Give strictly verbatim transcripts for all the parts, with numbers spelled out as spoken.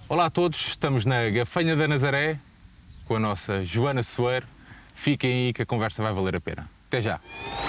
Olá a todos, estamos na Gafanha da Nazaré com a nossa Joana Soeiro. Fiquem aí que a conversa vai valer a pena. Até já!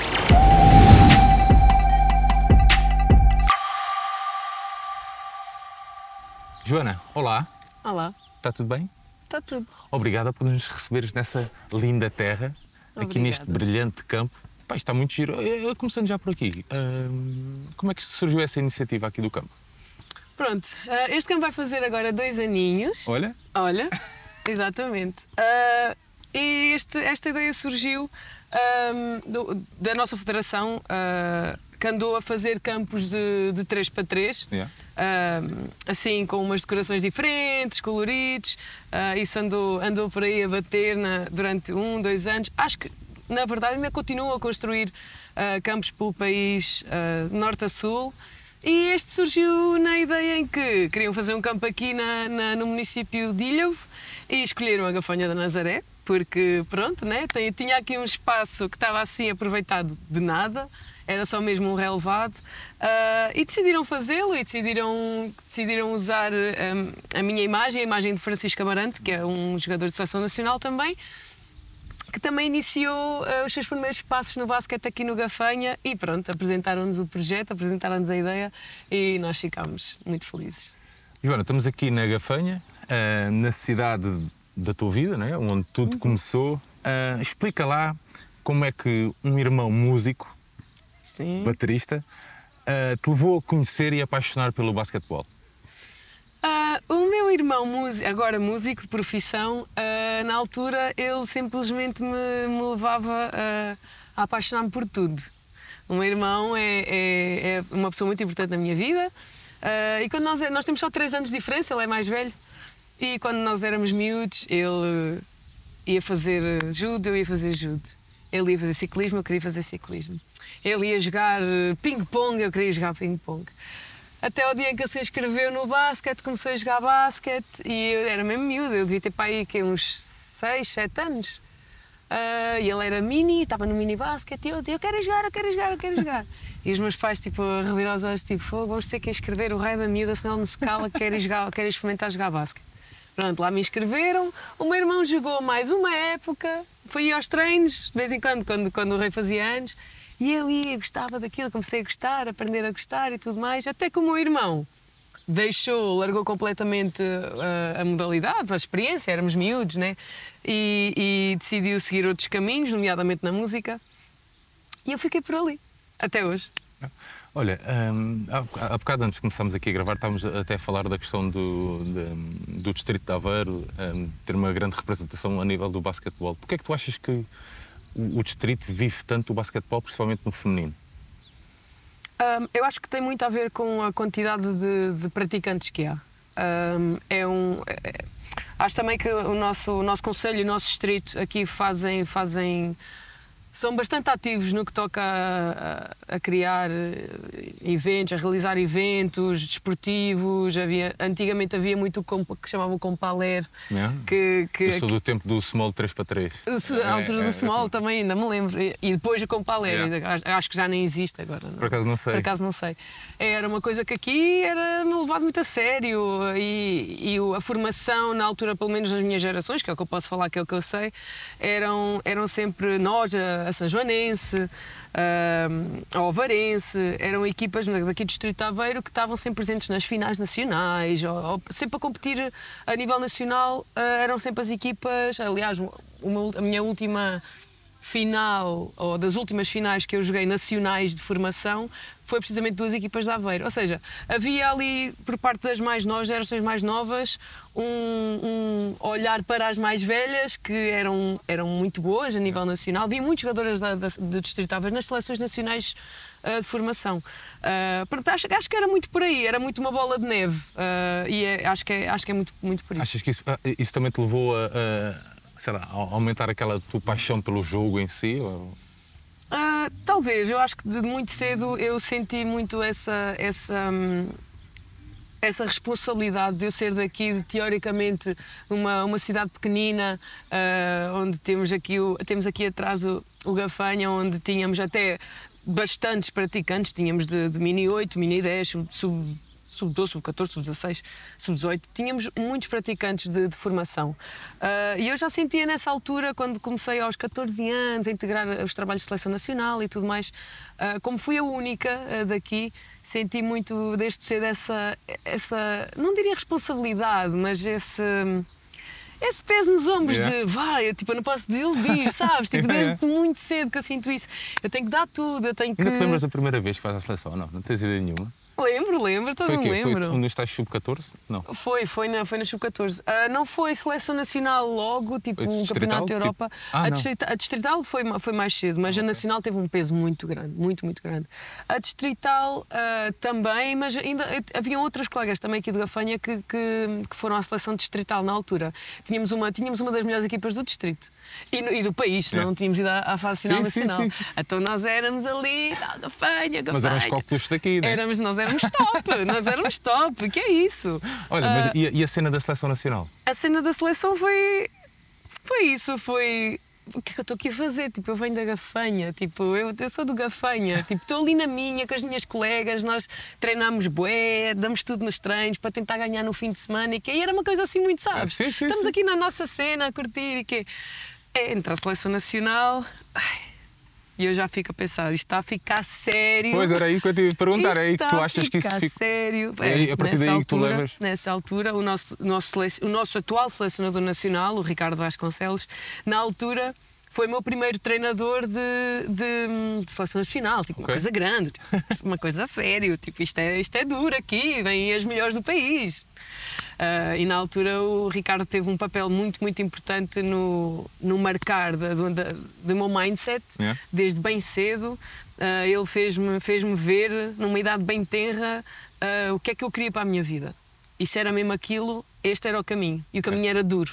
Joana, olá. Olá. Está tudo bem? Está tudo. Obrigada por nos receberes nessa linda terra, Obrigada. Aqui neste brilhante campo. Pá, está muito giro. Começando já por aqui, hum, como é que surgiu essa iniciativa aqui do campo? Pronto, este campo vai fazer agora dois aninhos. Olha. Olha, exatamente. Uh, e este, esta ideia surgiu um, do, da nossa federação, uh, que andou a fazer campos de, de três para três. Yeah. Uh, assim, com umas decorações diferentes, coloridos. Uh, isso andou, andou por aí a bater na, durante um, dois anos. Acho que, na verdade, ainda continua a construir uh, campos pelo país, uh, norte a sul. E este surgiu na ideia em que queriam fazer um campo aqui na, na, no município de Ilhavo e escolheram a Gafanha da Nazaré, porque, pronto, né, tinha aqui um espaço que estava assim aproveitado de nada, era só mesmo um relevado, uh, e decidiram fazê-lo e decidiram, decidiram usar um, a minha imagem, a imagem de Francisco Amarante, que é um jogador de seleção nacional também, que também iniciou uh, os seus primeiros passos no basquete aqui no Gafanha e pronto, apresentaram-nos o projeto, apresentaram-nos a ideia e nós ficámos muito felizes. Joana, estamos aqui na Gafanha, uh, na cidade da tua vida, né? Onde tudo uhum. começou. Uh, explica lá como é que um irmão músico, Sim. baterista, uh, te levou a conhecer e apaixonar pelo basquetebol. Uh, o meu irmão, agora músico de profissão, uh, na altura ele simplesmente me, me levava uh, a apaixonar-me por tudo. O meu irmão é, é, é uma pessoa muito importante na minha vida uh, e quando nós, nós temos só três anos de diferença, ele é mais velho, e quando nós éramos miúdos ele ia fazer judo, eu ia fazer judo. Ele ia fazer ciclismo, eu queria fazer ciclismo. Ele ia jogar ping-pong, eu queria jogar ping-pong. Até o dia em que ele se inscreveu no basquete, comecei a jogar basquete e eu era mesmo miúdo, eu devia ter para aí que, uns seis, sete anos. Uh, e ele era mini, estava no mini basquete e eu dizia, eu quero jogar, eu quero jogar, eu quero jogar. E os meus pais, tipo, a revirar os olhos, tipo, fogo, vamos ter que inscrever o raio da miúda, senão ele não se cala, quer jogar, quer experimentar jogar basquete. Pronto, lá me inscreveram, o meu irmão jogou mais uma época, fui aos treinos, de vez em quando, quando, quando o rei fazia anos. E eu ia, gostava daquilo, comecei a gostar, a aprender a gostar e tudo mais, até que o meu irmão deixou, largou completamente a, a modalidade, a experiência, éramos miúdos, né? E, e decidiu seguir outros caminhos, nomeadamente na música, e eu fiquei por ali, até hoje. Olha, um, há, há bocado antes de começarmos aqui a gravar, estávamos até a falar da questão do, de, do distrito de Aveiro um, ter uma grande representação a nível do basquetebol. Porquê é que tu achas que o distrito vive tanto o basquetebol, principalmente no feminino? Um, eu acho que tem muito a ver com a quantidade de, de praticantes que há. Um, é um, é, acho também que o nosso, o nosso concelho e o nosso distrito aqui fazem, fazem, são bastante ativos no que toca a, a, a criar eventos, a realizar eventos desportivos. Havia, antigamente havia muito o que chamavam o Compaler. É? Que, que, Eu sou do tempo do Small três para três. A altura do Small também, ainda me lembro. E depois o Compaler, é. acho que já nem existe agora. Não? Por acaso não sei. Por acaso não sei. Era uma coisa que aqui era levado muito a sério e, e a formação, na altura, pelo menos nas minhas gerações, que é o que eu posso falar, que é o que eu sei, eram, eram sempre nós, a, a Sanjoanense, a, a Ovarense, eram equipas daqui do Distrito de Aveiro que estavam sempre presentes nas finais nacionais, ou, ou, sempre a competir a nível nacional, eram sempre as equipas. Aliás, uma, a minha última final, ou das últimas finais que eu joguei nacionais de formação, foi precisamente duas equipas de Aveiro. Ou seja, havia ali, por parte das mais novas, gerações mais novas, um, um olhar para as mais velhas, que eram, eram muito boas a nível nacional. Havia muitas jogadoras da, da, do Distrito de Aveiro nas seleções nacionais uh, de formação. Uh, portanto, acho, acho que era muito por aí, era muito uma bola de neve. Uh, e é, acho, que é, acho que é muito, muito por isso. Achas que isso, isso também te levou a, a, sei lá, a aumentar aquela tua paixão pelo jogo em si? Ou... Uh, talvez, eu acho que de muito cedo eu senti muito essa, essa, hum, essa responsabilidade de eu ser daqui, de, teoricamente, uma, uma cidade pequenina, uh, onde temos aqui, o, temos aqui atrás o, o Gafanha, onde tínhamos até bastantes praticantes, tínhamos de, de mini oito, mini dez, sub, sub doze, sub catorze, sub dezasseis, sub dezoito, tínhamos muitos praticantes de, de formação. Uh, e eu já sentia nessa altura, quando comecei aos catorze anos a integrar os trabalhos de seleção nacional e tudo mais, uh, como fui a única uh, daqui, senti muito desde cedo essa, essa, não diria responsabilidade, mas esse... Esse peso nos ombros yeah. de vai, eu, tipo, eu não posso desiludir, sabes? Tipo, desde muito cedo que eu sinto isso. Eu tenho que dar tudo, eu tenho que... Ainda te lembras da primeira vez que faz a seleção? Não, não tens ideia nenhuma? Lembro, lembro, todo me lembro. Foi onde estás sub catorze? Não. Foi, foi na, foi na sub catorze. Uh, não foi seleção nacional logo, tipo o Campeonato da Europa. Tipo... Ah, a, distrita, a distrital foi, foi mais cedo, mas okay. a nacional teve um peso muito grande, muito, muito grande. A distrital uh, também, mas ainda haviam outras colegas também aqui de Gafanha que, que, que foram à seleção distrital na altura. Tínhamos uma, tínhamos uma das melhores equipas do distrito e, no, e do país, senão yeah. tínhamos ido à, à fase final sim, nacional. Sim, sim. Então nós éramos ali, Gafanha, Gafanha. Mas éramos cópicos daqui, né? Éramos, nós éramos top, nós éramos top, que é isso? Olha, mas uh, e, a, e a cena da seleção nacional? A cena da seleção foi, foi isso, foi... O que é que eu estou aqui a fazer? Tipo, eu venho da Gafanha, tipo, eu, eu sou do Gafanha, tipo, estou ali na minha, com as minhas colegas, nós treinamos bué, damos tudo nos treinos para tentar ganhar no fim de semana e que e era uma coisa assim muito, sabes? Ah, sim, sim, Estamos sim. aqui na nossa cena a curtir e que é, entre a seleção nacional... Ai, e eu já fico a pensar, isto está a ficar sério. Pois, era aí que eu te ia perguntar, é aí que tu achas que isso fica... sério. É aí, a partir daí altura, que tu levas... Nessa altura, o nosso, nosso, o nosso atual selecionador nacional, o Ricardo Vasconcelos, na altura... Foi o meu primeiro treinador de, de, de seleção nacional, tipo, okay. uma coisa grande, tipo, uma coisa a sério, tipo, isto é, isto é duro aqui, vêm as melhores do país. Uh, e na altura o Ricardo teve um papel muito, muito importante no, no marcar da, da, do meu mindset, yeah. desde bem cedo. Uh, ele fez-me fez-me ver, numa idade bem tenra, uh, o que é que eu queria para a minha vida. E se era mesmo aquilo, este era o caminho, e o caminho era duro.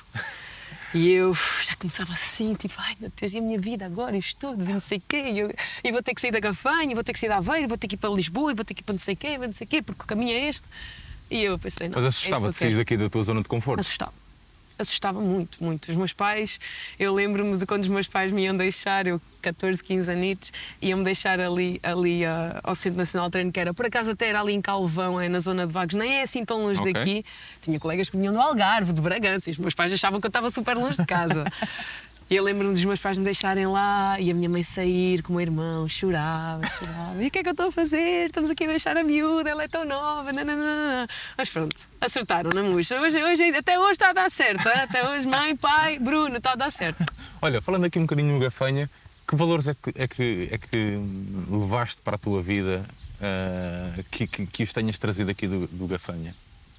E eu já começava assim, tipo, ai meu Deus, e a minha vida agora, e estudos, e não sei o quê, e, eu, e vou ter que sair da Gafanha, vou ter que sair da Aveiro, vou ter que ir para Lisboa, e vou ter que ir para não sei o quê, não sei o quê, porque o caminho é este. E eu pensei, não. Mas assustava-te é sair daqui da tua zona de conforto? Assustava. Assustava muito, muito. Os meus pais, eu lembro-me de quando os meus pais me iam deixar, eu catorze, quinze anitos, iam-me deixar ali, ali uh, ao Centro Nacional de Treino, que era, por acaso até era ali em Calvão, é, na zona de Vagos, nem é assim tão longe okay. daqui. Tinha colegas que vinham do Algarve, de Bragança, e os meus pais achavam que eu estava super longe de casa. E eu lembro-me dos meus pais me deixarem lá e a minha mãe sair com o meu irmão, chorava, chorava. E o que é que eu estou a fazer? Estamos aqui a deixar a miúda, ela é tão nova. Nananana. Mas pronto, acertaram na murcha. Hoje, hoje, até hoje está a dar certo. Hein? Até hoje, mãe, pai, Bruno, está a dar certo. Olha, falando aqui um bocadinho no Gafanha, que valores é que, é que, é que levaste para a tua vida uh, que, que, que os tenhas trazido aqui do, do Gafanha?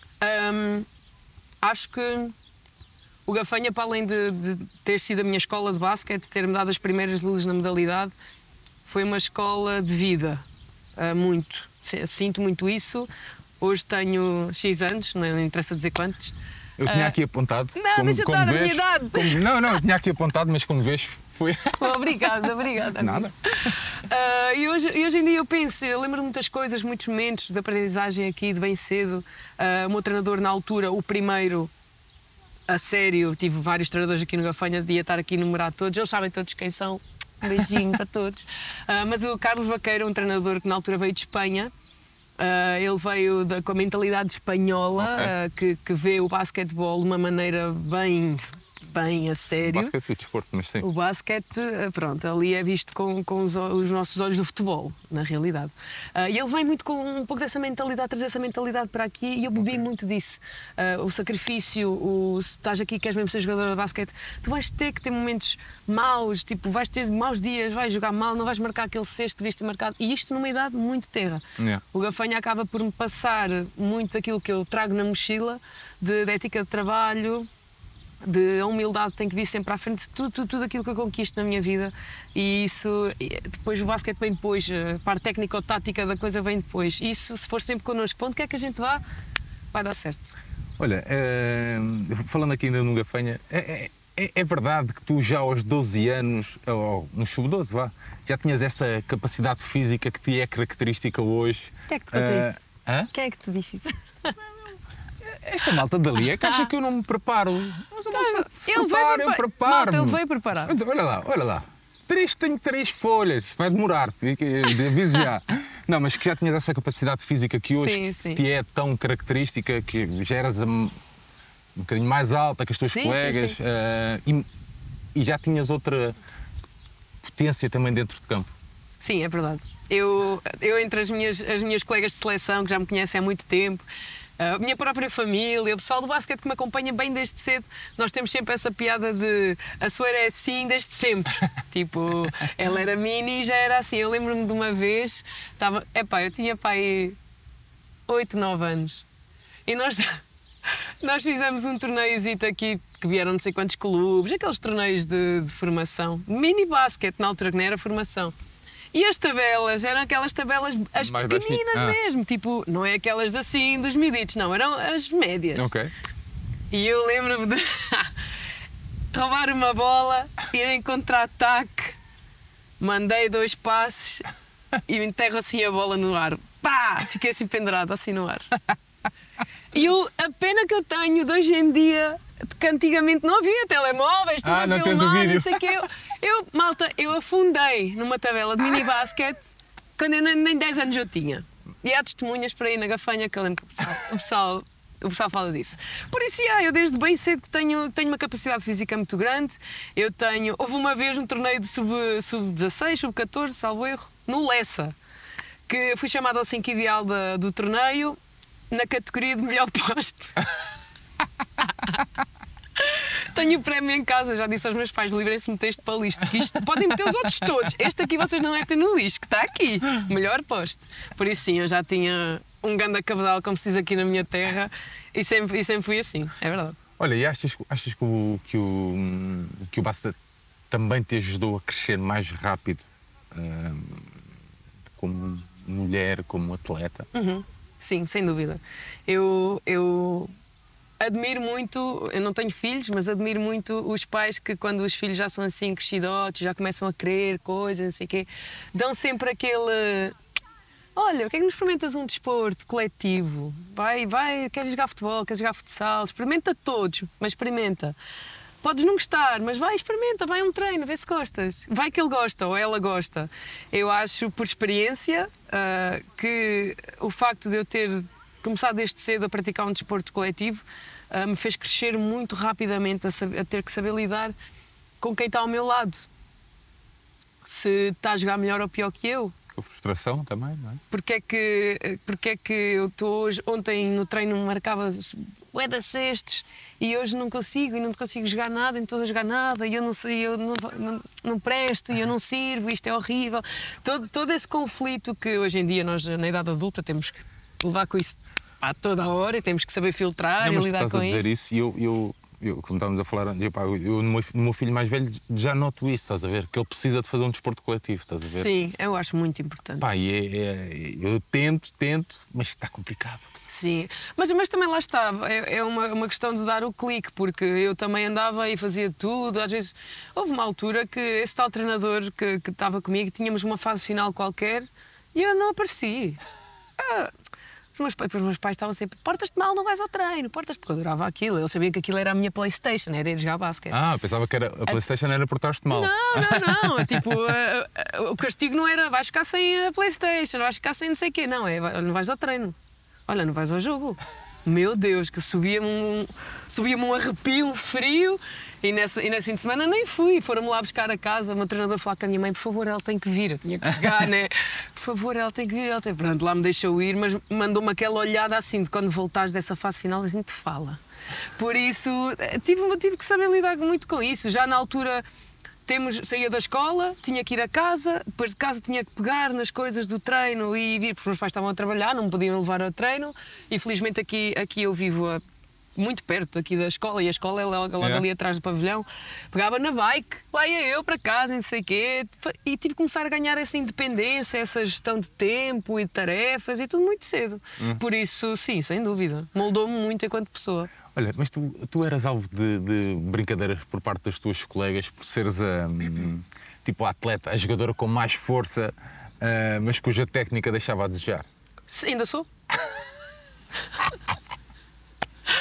Um, acho que o Gafanha, para além de, de ter sido a minha escola de basquete, de ter-me dado as primeiras luzes na modalidade, foi uma escola de vida, uh, muito. Sinto muito isso. Hoje tenho X anos, não interessa dizer quantos. Eu tinha aqui apontado. Não, como, deixa como estar vês, a minha idade. Como, não, não, eu tinha aqui apontado, mas como vês, foi... Obrigada, obrigada. Nada. Uh, e, hoje, e hoje em dia eu penso, eu lembro de muitas coisas, muitos momentos de aprendizagem aqui, de bem cedo. Uh, o meu treinador, na altura, o primeiro... A sério, tive vários treinadores aqui no Gafanha, devia estar aqui a enumerar todos, eles sabem todos quem são, um beijinho para todos. Uh, mas o Carlos Vaqueiro, um treinador que na altura veio de Espanha, uh, ele veio da, com a mentalidade espanhola, okay. uh, que, que vê o basquetebol de uma maneira bem, bem a sério. O basquete é desporto, mas sim. O basquete, pronto, ali é visto com, com os, os nossos olhos do futebol, na realidade. Uh, e ele vem muito com um pouco dessa mentalidade, trazer essa mentalidade para aqui e eu bebi okay. muito disso. Uh, o sacrifício, o, se estás aqui e queres mesmo ser jogador de basquete, tu vais ter que ter momentos maus, tipo, vais ter maus dias, vais jogar mal, não vais marcar aquele sexto que devias ter marcado. E isto numa idade muito terra. Yeah. O Gafanha acaba por me passar muito daquilo que eu trago na mochila, de, de ética de trabalho, de a humildade tem que vir sempre à frente de tudo, tudo, tudo aquilo que eu conquisto na minha vida e isso, depois o basquete vem depois, a parte técnico-tática da coisa vem depois. Isso, se for sempre connosco, para onde quer que a gente vá, vai dar certo. Olha, é, falando aqui ainda no Gafanha, é, é, é verdade que tu já aos doze anos, ou no sub doze, vá, já tinhas essa capacidade física que te é característica hoje? Quem é que te contou uh, isso? Hã? Quem é que te disse isso? Esta malta dali é que acha ah. que eu não me preparo. Mas eu não se ele preparo, veio eu preparo. Ele veio preparado. Olha lá, olha lá. Três, tenho três folhas. Isto vai demorar, aviso já. Não, mas que já tinhas essa capacidade física que hoje sim, sim. te é tão característica, que já eras um, um bocadinho mais alta que as tuas sim, colegas sim, sim. Uh, e, e já tinhas outra potência também dentro de campo. Sim, é verdade. Eu, eu entre as minhas, as minhas colegas de seleção, que já me conhecem há muito tempo, a minha própria família, o pessoal do basquete que me acompanha bem desde cedo, nós temos sempre essa piada de a Soeira é assim desde sempre. Tipo, ela era mini e já era assim. Eu lembro-me de uma vez, estava, epá, eu tinha pai oito, nove anos e nós, nós fizemos um torneiozito aqui que vieram não sei quantos clubes, aqueles torneios de, de formação, mini basquete na altura que não era formação. E as tabelas eram aquelas tabelas, as mais pequeninas ah. mesmo, tipo, não é aquelas assim dos miditos, não, eram as médias. Ok. E eu lembro-me de roubar uma bola, ir em contra-ataque, mandei dois passes e enterro assim a bola no ar. Pá! Fiquei assim pendurado, assim no ar. E eu, a pena que eu tenho de hoje em dia, que antigamente não havia telemóveis, tudo ah, a não filmar, tens o vídeo. não sei o quê. Eu, eu, malta, eu afundei numa tabela de mini-basquete quando eu nem, nem dez anos eu tinha. E há testemunhas para ir na Gafanha que eu lembro que o pessoal, o pessoal, o pessoal fala disso. Por isso, yeah, eu desde bem cedo que tenho, tenho uma capacidade física muito grande. Eu tenho... Houve uma vez um torneio de sub dezasseis, sub catorze, salvo erro, no Lessa, que fui chamada ao cinco ideal da, do torneio na categoria de melhor posto. Tenho o prémio em casa, já disse aos meus pais, livrem-se de meter este para o lixo, que isto, podem meter os outros todos, este aqui vocês não metem no lixo, que está aqui, melhor posto. Por isso sim, eu já tinha um ganda cabedal, como se diz aqui na minha terra, e sempre, e sempre fui assim, é verdade. Olha, e achas, achas que, o, que, o, que o basquete também te ajudou a crescer mais rápido uh, como mulher, como atleta? Uhum. Sim, sem dúvida. Eu... eu... Admiro muito, eu não tenho filhos, mas admiro muito os pais que quando os filhos já são assim crescidotes, já começam a querer coisas, não sei o quê, dão sempre aquele... Olha, por que é que não experimentas um desporto coletivo? Vai, vai, queres jogar futebol, queres jogar futsal? Experimenta todos, mas experimenta. Podes não gostar, mas vai, experimenta, vai a um treino, vê se gostas. Vai que ele gosta ou ela gosta. Eu acho, por experiência, uh, que o facto de eu ter começado desde cedo a praticar um desporto coletivo uh, me fez crescer muito rapidamente a, saber, a ter que saber lidar com quem está ao meu lado. Se está a jogar melhor ou pior que eu. Com frustração também, não é? Porque é que, porque é que eu estou hoje... Ontem no treino marcava ué da cestos e hoje não consigo e não consigo jogar nada, não estou a jogar nada e eu não sei, eu não, não, não presto e eu não sirvo, isto é horrível. Todo, todo esse conflito que hoje em dia nós, na idade adulta, temos que levar com isso a toda a hora e temos que saber filtrar não, e lidar com isso. Estás a dizer isso e eu, eu, eu, como estávamos a falar, eu, pá, eu no, meu, no meu filho mais velho já noto isso, estás a ver? Que ele precisa de fazer um desporto coletivo, estás a ver? Sim, eu acho muito importante. Pá, e é, é, eu tento, tento, mas está complicado. Sim, mas, mas também lá está, é, é uma, uma questão de dar o clique, porque eu também andava e fazia tudo, às vezes houve uma altura que esse tal treinador que, que estava comigo, tínhamos uma fase final qualquer e eu não apareci. Ah, os, meus, os meus pais estavam sempre, portas-te mal, não vais ao treino, portas porque eu adorava aquilo, eu sabia que aquilo era a minha PlayStation, era ir jogar basquete. Ah, pensava que era, a PlayStation a... era portar-te mal. Não, não, não, tipo, a, a, o castigo não era vais ficar sem a PlayStation, vais ficar sem não sei o quê, não, é não vais ao treino. Olha, não vais ao jogo. Meu Deus, que subia-me um, subia-me um arrepio, um frio. E nessa, e nesse fim de semana nem fui. Foram-me lá buscar a casa. O meu treinador falou com a minha mãe: por favor, ela tem que vir. Eu tinha que chegar, né? Por favor, ela tem que vir. Ela tem... Pronto, lá me deixou ir, mas mandou-me aquela olhada assim: de quando voltares dessa fase final, a gente fala. Por isso, tive, tive que saber lidar muito com isso. Já na altura. Temos, saía da escola, tinha que ir a casa, depois de casa tinha que pegar nas coisas do treino e vir, porque os meus pais estavam a trabalhar, não me podiam levar ao treino e felizmente aqui, aqui eu vivo a, muito perto aqui da escola e a escola é logo, logo yeah. ali atrás do pavilhão. Pegava na bike, lá ia eu para casa, não sei o quê, e tive que começar a ganhar essa independência, essa gestão de tempo e de tarefas e tudo muito cedo. Hum. Por isso, sim, sem dúvida, moldou-me muito enquanto pessoa. Olha, mas tu, tu eras alvo de, de brincadeiras por parte das tuas colegas por seres a, um, tipo a atleta, a jogadora com mais força, uh, mas cuja técnica deixava a desejar? Sim, ainda sou.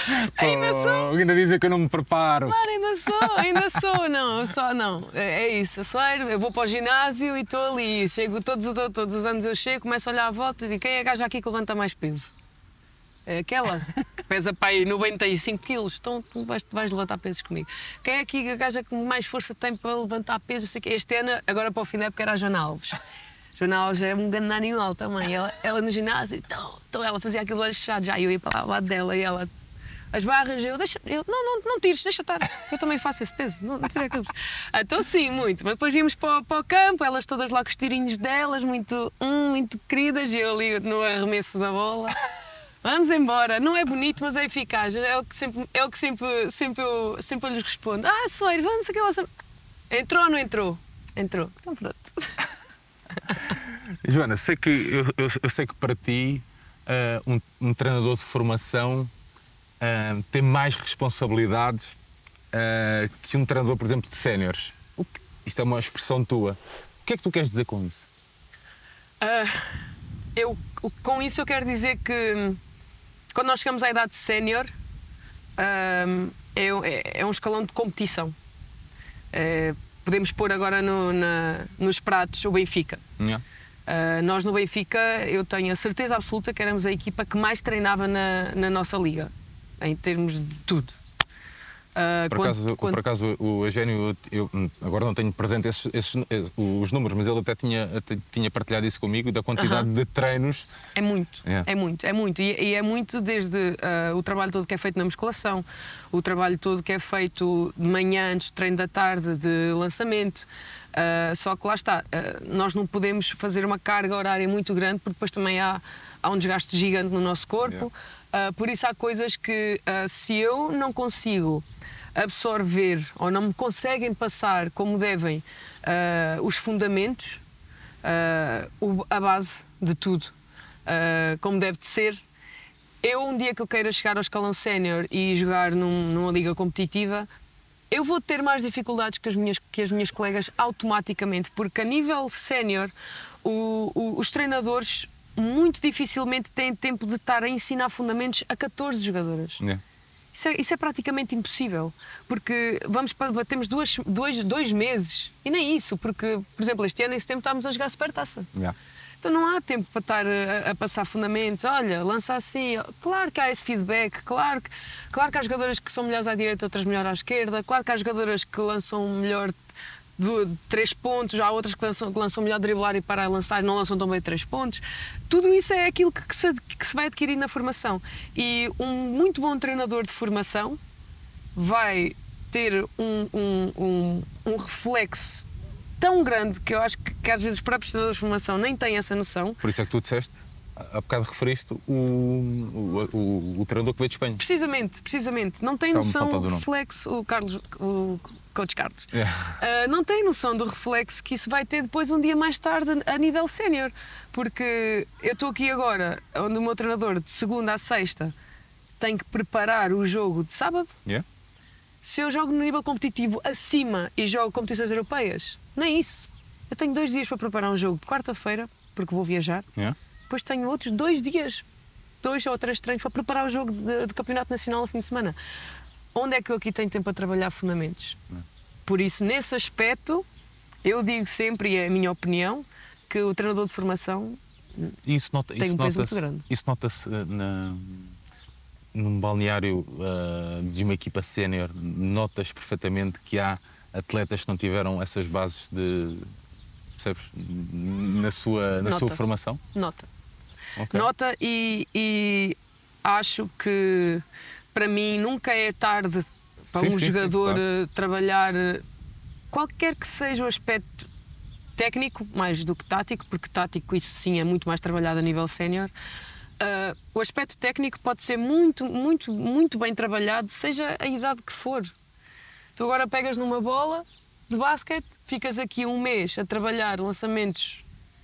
Ainda sou. Ainda dizem que eu não me preparo. Claro, ainda sou, ainda sou. Não, eu só, não. É, é isso. Eu, sou, eu vou para o ginásio e estou ali. Chego, todos, os, todos os anos eu chego, começo a olhar à volta e digo: quem é a gaja aqui que levanta mais peso? É aquela que pesa para aí noventa e cinco quilos. Então tu vais, vais levantar pesos comigo. Quem é aqui a gaja que mais força tem para levantar peso? Sei que este ano, agora para o fim da época, era a Joana Alves. Joana Alves é um grande animal também. Ela, ela no ginásio, então, então ela fazia aquilo olhos fechados. Já eu ia para lá ao lado dela e ela. As barras, eu deixa. Eu, não, não, não tires, deixa estar. Eu também faço esse peso. Não, não tira aquilo. Então, sim, muito. Mas depois íamos para, para o campo, elas todas lá com os tirinhos delas, muito, hum, muito queridas, e eu ali no arremesso da bola. Vamos embora. Não é bonito, mas é eficaz. É o que sempre, é o que sempre, sempre, eu, sempre eu lhes respondo. Ah, Soeiro, vamos aquela. Entrou ou não entrou? Entrou. Então, pronto. Joana, sei que, eu, eu, eu sei que para ti uh, um, um treinador de formação uh, tem mais responsabilidades uh, que um treinador, por exemplo, de séniores. Isto é uma expressão tua. O que é que tu queres dizer com isso? Uh, eu, com isso eu quero dizer que quando nós chegamos à idade sénior uh, é, é, é um escalão de competição. Uh, podemos pôr agora no, na, nos pratos o Benfica. Yeah. Uh, nós no Benfica, eu tenho a certeza absoluta que éramos a equipa que mais treinava na, na nossa liga, em termos de tudo. Uh, por, quando, acaso, quando... por acaso o Eugénio, eu agora não tenho presente esses, esses, os números, mas ele até tinha, até tinha partilhado isso comigo, da quantidade uh-huh. de treinos. É muito, yeah. é muito, é muito. E, e é muito desde uh, o trabalho todo que é feito na musculação, o trabalho todo que é feito de manhã, antes do treino da tarde, de lançamento. Uh, só que lá está, uh, nós não podemos fazer uma carga horária muito grande, porque depois também há, há um desgaste gigante no nosso corpo. Yeah. Uh, por isso há coisas que, uh, se eu não consigo absorver ou não me conseguem passar como devem uh, os fundamentos, uh, a base de tudo, uh, como deve de ser, eu um dia que eu queira chegar ao escalão sénior e jogar num, numa liga competitiva, eu vou ter mais dificuldades que as minhas, que as minhas colegas automaticamente, porque a nível sénior os treinadores muito dificilmente têm tempo de estar a ensinar fundamentos a catorze jogadoras. Yeah. Isso, é, isso é praticamente impossível, porque vamos para, temos duas, dois, dois meses, e nem isso, porque, por exemplo, este ano, em setembro, estávamos a jogar Supertaça. Yeah. Então não há tempo para estar a, a passar fundamentos. Olha, lança assim. Claro que há esse feedback, claro que, claro que há jogadoras que são melhores à direita, outras melhores à esquerda, claro que há jogadoras que lançam melhor de, de três pontos, há outras que lançam, que lançam melhor driblar e para lançar não lançam tão bem três pontos. Tudo isso é aquilo que, que, se, que se vai adquirir na formação. E um muito bom treinador de formação vai ter um, um, um, um reflexo tão grande que eu acho que, que às vezes os próprios treinadores de formação nem têm essa noção. Por isso é que tu disseste, há bocado referiste o, o, o, o treinador que veio de Espanha. Precisamente, precisamente. Não tem noção do reflexo, o Carlos, o coach Carlos, yeah. uh, não tem noção do reflexo que isso vai ter depois um dia mais tarde a nível sénior. Porque eu estou aqui agora, onde o meu treinador de segunda a sexta tem que preparar o jogo de sábado. Yeah. Se eu jogo no nível competitivo acima e jogo competições europeias, nem isso. Eu tenho dois dias para preparar um jogo de quarta-feira, porque vou viajar. Yeah. Depois tenho outros dois dias, dois ou três treinos para preparar o jogo de, de campeonato nacional no fim de semana. Onde é que eu aqui tenho tempo para trabalhar fundamentos? Yeah. Por isso, nesse aspecto, eu digo sempre, e é a minha opinião, que o treinador de formação isso nota, tem isso um peso nota-se, muito grande. Isso nota-se na... num balneário uh, de uma equipa sénior, notas perfeitamente que há atletas que não tiveram essas bases de, percebes, na sua, na sua formação? Nota. Okay. Nota e, e acho que para mim nunca é tarde para sim, um sim, jogador sim, claro. trabalhar qualquer que seja o aspecto técnico, mais do que tático, porque tático isso sim é muito mais trabalhado a nível sénior. Uh, o aspecto técnico pode ser muito, muito, muito bem trabalhado, seja a idade que for. Tu agora pegas numa bola de basquete, ficas aqui um mês a trabalhar lançamentos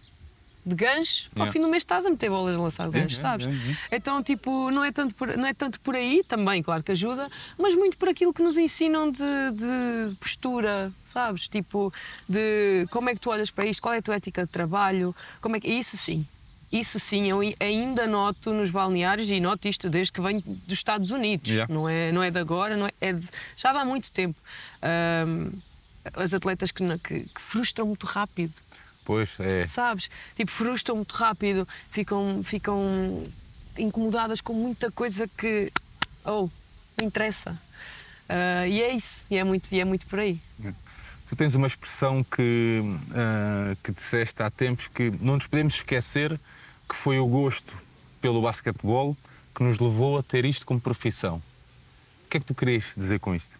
de gancho, yeah. ao fim do mês estás a meter bolas a lançar gancho, yeah, sabes? Yeah, yeah. Então, tipo, não é, tanto por, não é tanto por aí, também, claro que ajuda, mas muito por aquilo que nos ensinam de, de postura, sabes? Tipo, de como é que tu olhas para isto, qual é a tua ética de trabalho, como é que... Isso sim. isso sim, eu ainda noto nos balneários, e noto isto desde que venho dos Estados Unidos, Yeah. não, é, não é de agora, não é, é de, já há muito tempo. Um, as atletas que, que, que frustram muito rápido. Pois, é. Sabes? Tipo, frustram muito rápido, ficam, ficam incomodadas com muita coisa que, oh, não interessa. Uh, e é isso, e é muito, e é muito por aí. Tu tens uma expressão que, uh, que disseste há tempos, que não nos podemos esquecer que foi o gosto pelo basquetebol que nos levou a ter isto como profissão. O que é que tu querias dizer com isto?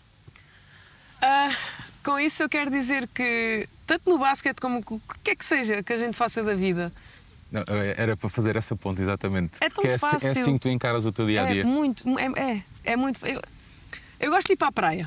Uh, com isso eu quero dizer que, tanto no basquete como o que é que seja que a gente faça da vida... Não, era para fazer essa ponta, exatamente. É tão Porque é, fácil. é assim que tu encaras o teu dia-a-dia. É muito, é, é, é muito... Eu, eu gosto de ir para a praia.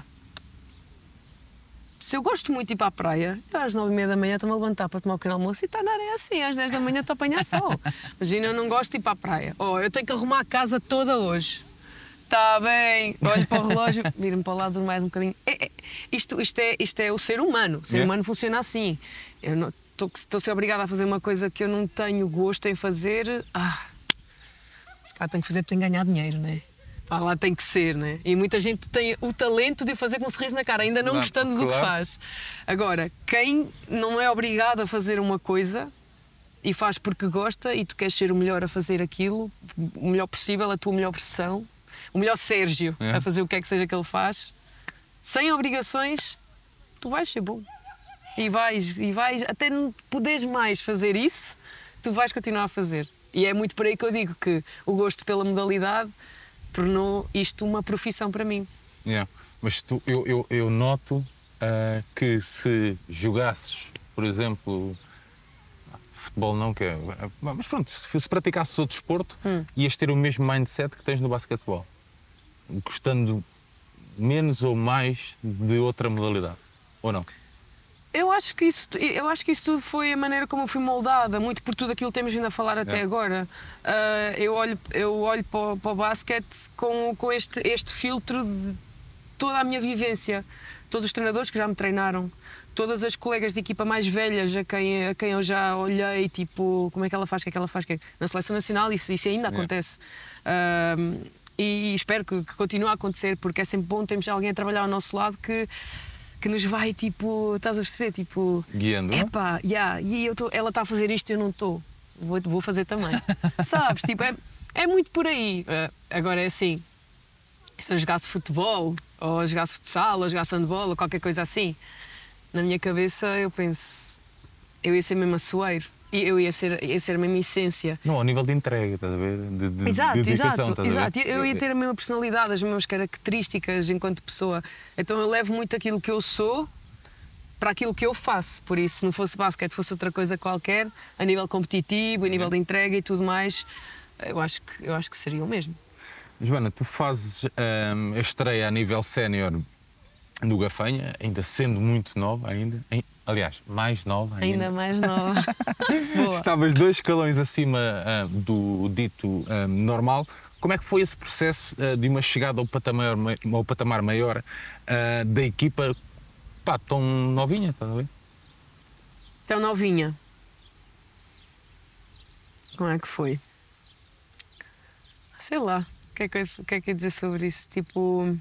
Se eu gosto muito de ir para a praia, eu às nove e meia da manhã estou-me a levantar para tomar o pequeno almoço e está na areia assim, às dez da manhã estou a apanhar sol. Imagina, eu não gosto de ir para a praia. Oh, eu tenho que arrumar a casa toda hoje. Está bem, olho para o relógio, viro-me para o lado mais um bocadinho. É, é, isto, isto, é, isto é o ser humano, o ser Yeah. humano humano funciona assim. Eu não, estou, estou a ser obrigada a fazer uma coisa que eu não tenho gosto em fazer. Ah, se calhar tenho que fazer porque tenho que ganhar dinheiro, não é? Ah, lá tem que ser, né? E muita gente tem o talento de o fazer com um sorriso na cara, ainda não, Não, gostando do que claro. faz. Agora, quem não é obrigado a fazer uma coisa e faz porque gosta e tu queres ser o melhor a fazer aquilo, o melhor possível, a tua melhor versão, o melhor Sérgio É. a fazer o que é que seja que ele faz, sem obrigações, tu vais ser bom. E vais, e vais, até não poderes mais fazer isso, tu vais continuar a fazer. E é muito por aí que eu digo que o gosto pela modalidade tornou isto uma profissão para mim. Yeah. Mas tu, eu, eu, eu noto uh, que se jogasses, por exemplo, futebol não, que é, mas pronto, se, se praticasses outro desporto, Hum. ias ter o mesmo mindset que tens no basquetebol, gostando menos ou mais de outra modalidade, ou não? Eu acho que isso, eu acho que isso tudo foi a maneira como eu fui moldada, muito por tudo aquilo que temos vindo a falar até É. agora. Uh, eu olho, eu olho para, o, para o basquete com, com este, este filtro de toda a minha vivência. Todos os treinadores que já me treinaram, todas as colegas de equipa mais velhas a quem, a quem eu já olhei, tipo, como é que ela faz, o que é que ela faz. Na Seleção Nacional isso, isso ainda acontece. Uh, e espero que, que continue a acontecer, porque é sempre bom termos alguém a trabalhar ao nosso lado que... que nos vai, tipo, estás a perceber? Tipo, Guiando, não? epá, yeah, e eu tô, ela está a fazer isto e eu não estou. Vou, vou fazer também. Sabes? Tipo, é, é muito por aí. Uh, agora é assim, se eu jogasse futebol, ou jogasse futsal, ou jogasse handball, ou qualquer coisa assim, na minha cabeça eu penso, eu ia ser mesmo açoeiro. E eu ia ser, ia ser a mesma essência. Não, ao nível de entrega, estás a ver? De, de, Exato, de dedicação, exato, estás a ver? exato. Eu ia ter a mesma personalidade, as mesmas características enquanto pessoa. Então eu levo muito aquilo que eu sou para aquilo que eu faço. Por isso, se não fosse basquete, fosse outra coisa qualquer, a nível competitivo, a nível de entrega e tudo mais, eu acho que, eu acho que seria o mesmo. Joana, tu fazes hum, a estreia a nível sénior do Gafanha, ainda sendo muito nova, ainda. Em, aliás, mais nova ainda. Ainda mais nova. Boa. Estavas dois escalões acima hum, do dito hum, normal. Como é que foi esse processo uh, de uma chegada ao patamar, ao patamar maior uh, da equipa, pá, tão novinha, estás a ver? Tão novinha. Como é que foi? Sei lá. O que é que eu, o que é que eu ia dizer sobre isso? Tipo...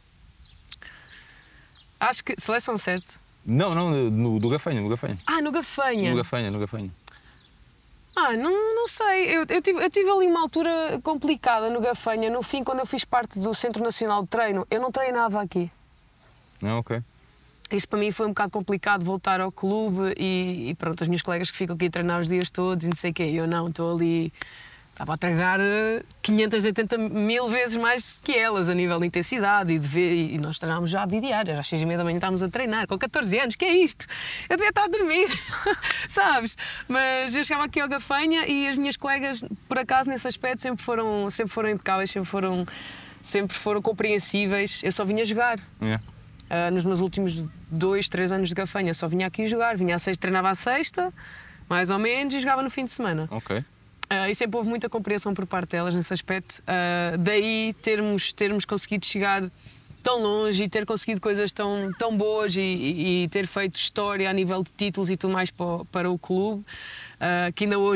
Acho que... Seleção, certo? Não, não, no, do Gafanha, no Gafanha. Ah, no Gafanha. No Gafanha, no Gafanha. Ah, não, não sei. Eu, eu, tive, eu tive ali uma altura complicada no Gafanha. No fim, quando eu fiz parte do Centro Nacional de Treino, eu não treinava aqui. Ah, ok. Isso para mim foi um bocado complicado, voltar ao clube e, e pronto, as minhas colegas que ficam aqui a treinar os dias todos e não sei o quê. Eu não, estou ali... Estava a treinar quinhentas e oitenta mil vezes mais que elas, a nível de intensidade e de ver, e nós treinámos já a bidiária, às seis e meia da manhã estávamos a treinar, com catorze anos, que é isto? Eu devia estar a dormir, sabes? Mas eu chegava aqui ao Gafanha e as minhas colegas, por acaso, nesse aspecto, sempre foram, sempre foram impecáveis, sempre foram, sempre foram compreensíveis. Eu só vinha jogar. Yeah. Uh, nos meus últimos dois, três anos de Gafanha, só vinha aqui jogar, vinha à sexta, treinava à sexta, mais ou menos, e jogava no fim de semana. Ok. Uh, e sempre houve muita compreensão por parte delas nesse aspecto. Uh, daí termos, termos conseguido chegar tão longe e ter conseguido coisas tão, tão boas e, e, e ter feito história a nível de títulos e tudo mais para, o- para o clube, uh, que ainda hoje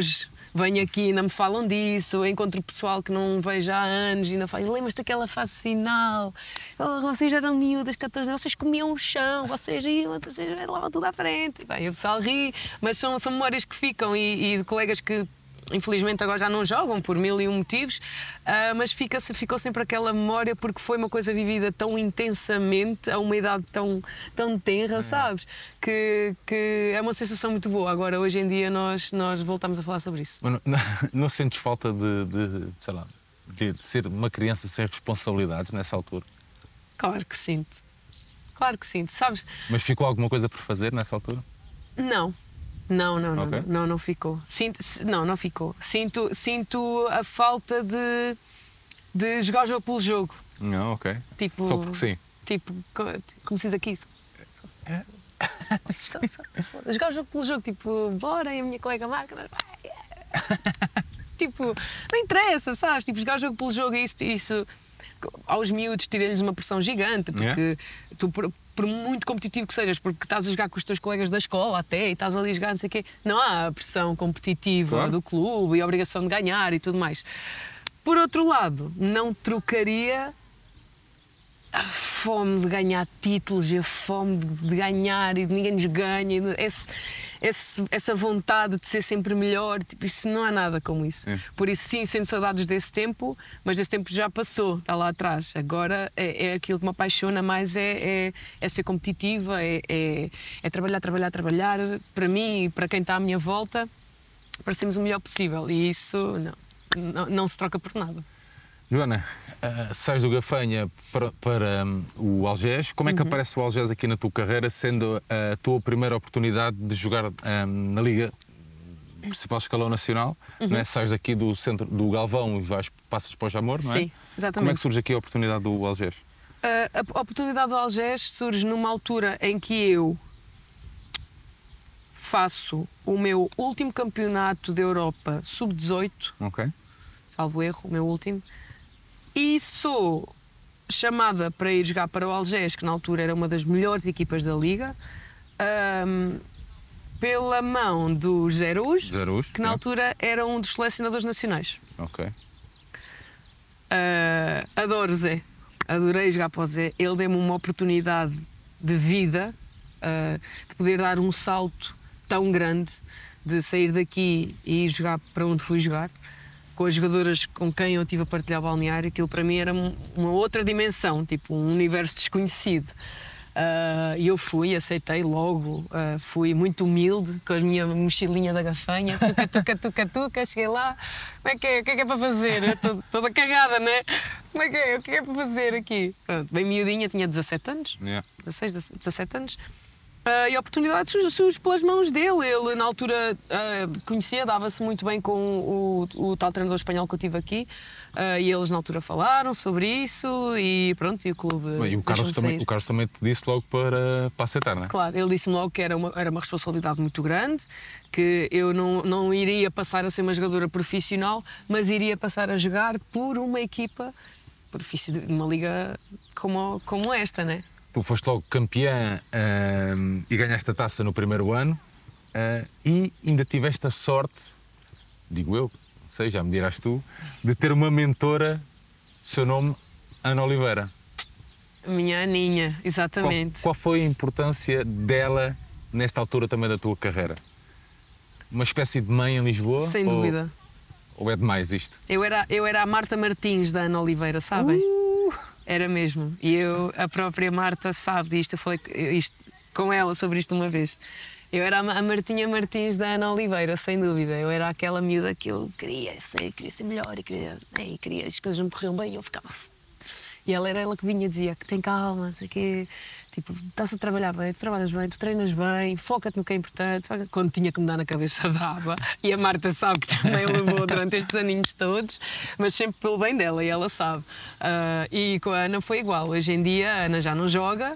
venho aqui e ainda me falam disso, encontro pessoal que não vejo há anos e ainda falam, lembras-te daquela fase final? Oh, vocês eram miúdas, catorze, vocês comiam o chão, vocês iam, vocês levavam tudo à frente. Bem, o pessoal ri, mas são, são memórias que ficam e, e de colegas que infelizmente agora já não jogam por mil e um motivos, uh, mas fica, ficou sempre aquela memória porque foi uma coisa vivida tão intensamente, a uma idade tão, tão tenra, é. sabes? Que, que é uma sensação muito boa. Agora, hoje em dia, nós, nós voltamos a falar sobre isso. Mas não, não sentes falta de, de, sei lá, de, de ser uma criança sem responsabilidades nessa altura? Claro que sinto. Claro que sinto, sabes? Mas ficou alguma coisa por fazer nessa altura? Não. Não, não, não, okay. não, não ficou. Sinto, não, não ficou. Sinto, sinto a falta de, de jogar o jogo pelo jogo. Não, ok. Tipo, só porque sim. Tipo, como se diz aqui? É. Jogar o jogo pelo jogo, tipo, bora, e a minha colega marca. Tipo, não interessa, sabes? Tipo, jogar o jogo pelo jogo, isso, isso aos miúdos tira-lhes uma pressão gigante, porque yeah. tu, por, por muito competitivo que sejas, porque estás a jogar com os teus colegas da escola até e estás ali a jogar, não sei o quê, não há a pressão competitiva claro. do clube e a obrigação de ganhar e tudo mais. Por outro lado, não trocaria a fome de ganhar títulos e a fome de ganhar e de ninguém nos ganha, esse, esse, essa vontade de ser sempre melhor, tipo, isso não há nada como isso. Sim. Por isso sim, sinto saudades desse tempo, mas esse tempo já passou, está lá atrás. Agora é, é aquilo que me apaixona mais, é, é, é ser competitiva, é, é, é trabalhar, trabalhar, trabalhar, para mim e para quem está à minha volta, para sermos o melhor possível, e isso não, não, não se troca por nada. Joana, uh, sais do Gafanha para, para um, o Algés. Como é que uhum. aparece o Algés aqui na tua carreira, sendo a tua primeira oportunidade de jogar um, na Liga, principal escalão nacional? Uhum. Não é? Sais daqui do centro do Galvão e vais, passas para o Jamor, não é? Sim, exatamente. Como é que surge aqui a oportunidade do Algés? Uh, a oportunidade do Algés surge numa altura em que eu faço o meu último campeonato da Europa sub dezoito, okay. salvo erro, o meu último. E sou chamada para ir jogar para o Algés, que na altura era uma das melhores equipas da Liga, um, pela mão do Zerus, Zerus que na é. altura era um dos selecionadores nacionais. Ok. Uh, adoro Zé, adorei jogar para o Zé. Ele deu-me uma oportunidade de vida, uh, de poder dar um salto tão grande, de sair daqui e ir jogar para onde fui jogar. Com as jogadoras com quem eu estive a partilhar o balneário, aquilo para mim era uma outra dimensão, tipo um universo desconhecido. E uh, eu fui, aceitei logo, uh, fui muito humilde, com a minha mochilinha da Gafanha, tuca, tuca, tuca, tuca, cheguei lá, como é que é, o que é que é para fazer? Eu tô, toda cagada, não é? Como é que é, o que é para fazer aqui? Pronto, bem miudinha, tinha dezassete anos, yeah. dezasseis, dezassete anos. Uh, e a oportunidade surge, surge pelas mãos dele. Ele, na altura, uh, conhecia, dava-se muito bem com o, o, o tal treinador espanhol que eu tive aqui. Uh, e eles, na altura, falaram sobre isso e pronto, e o clube. Bem, e o, Carlos também, o Carlos também te disse logo para, para aceitar, não é? Claro, ele disse-me logo que era uma, era uma responsabilidade muito grande, que eu não, não iria passar a ser uma jogadora profissional, mas iria passar a jogar por uma equipa, por uma liga como, como esta, não é? Tu foste logo campeã uh, e ganhaste a taça no primeiro ano uh, e ainda tiveste a sorte, digo eu, não sei, já me dirás tu, de ter uma mentora, seu nome, Ana Oliveira. Minha Aninha, exatamente. Qual, qual foi a importância dela nesta altura também da tua carreira? Uma espécie de mãe em Lisboa? Sem ou, dúvida. Ou é demais isto? Eu era, eu era a Marta Martins da Ana Oliveira, sabem? Uh! Era mesmo. E eu, a própria Marta sabe disto, eu falei isto, com ela sobre isto uma vez. Eu era a Martinha Martins da Ana Oliveira, sem dúvida. Eu era aquela miúda que eu queria, eu sei, queria ser melhor e queria, e queria, as coisas não me corriam bem e eu ficava... E ela era ela que vinha e dizia que tem calma, não sei o quê, tipo, estás a trabalhar bem, tu trabalhas bem, tu treinas bem, foca-te no que é importante. Quando tinha que me dar na cabeça dava, e a Marta sabe que também levou durante estes aninhos todos, mas sempre pelo bem dela, e ela sabe. Uh, e com a Ana foi igual. Hoje em dia a Ana já não joga,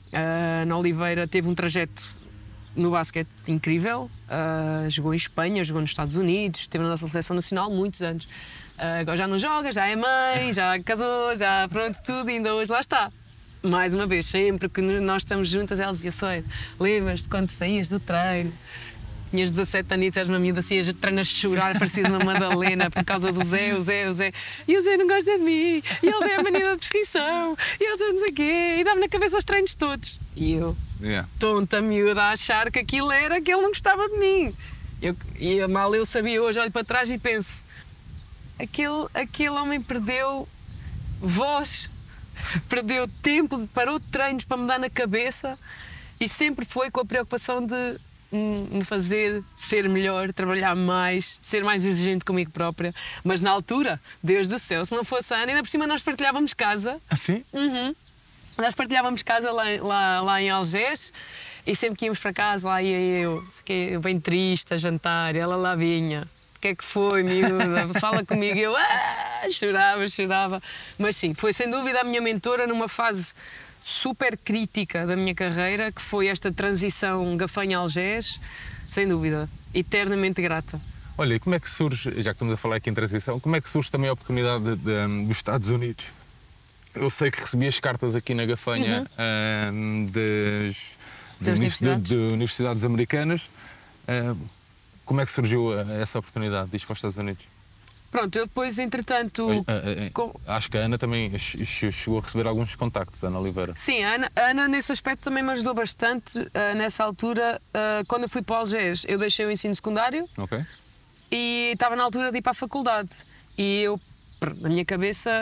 a Ana Oliveira teve um trajeto no basquete incrível, uh, jogou em Espanha, jogou nos Estados Unidos, esteve na nossa seleção nacional muitos anos. Uh, agora já não joga, já é mãe, já casou, já pronto tudo, e ainda hoje lá está. Mais uma vez, sempre que nós estamos juntas, ela dizia: Soide, lembras-te quando saías do treino Tinhas dezassete anos, eras uma miúda assim, a treinas de chorar, parecias uma Madalena por causa do Zé, o Zé, o Zé. E o Zé não gosta de mim, e ele tem a mania de prescrição, e ele não sei o quê, e dá-me na cabeça os treinos todos. E eu, yeah. tonta miúda, a achar que aquilo era que ele não gostava de mim. Eu, e mal eu sabia, hoje olho para trás e penso, aquele, aquele homem perdeu voz, perdeu tempo, parou de treinos para me dar na cabeça e sempre foi com a preocupação de me fazer ser melhor, trabalhar mais, ser mais exigente comigo própria. Mas na altura, Deus do céu, se não fosse a Ana, ainda por cima nós partilhávamos casa. Ah, sim? Uhum. Nós partilhávamos casa lá, lá, lá em Algés e sempre que íamos para casa, lá ia eu, eu bem triste a jantar, e ela lá vinha. O que é que foi, miúda? Fala comigo. Eu ah, chorava, chorava. Mas sim, foi sem dúvida a minha mentora numa fase super crítica da minha carreira, que foi esta transição Gafanha-Algés, sem dúvida, eternamente grata. Olha, e como é que surge, já que estamos a falar aqui em transição, como é que surge também a oportunidade de, de, dos Estados Unidos? Eu sei que recebias cartas aqui na Gafanha uhum. uh, das, das universidades. De, de universidades americanas. Uh, como é que surgiu essa oportunidade de ir para os Estados Unidos? Pronto, eu depois, entretanto... Uh, uh, uh, com... Acho que a Ana também chegou a receber alguns contactos, a Ana Oliveira. Sim, a Ana, a Ana nesse aspecto também me ajudou bastante. Uh, nessa altura, uh, quando eu fui para o Algés, eu deixei o ensino secundário okay. e estava na altura de ir para a faculdade. E eu, na minha cabeça,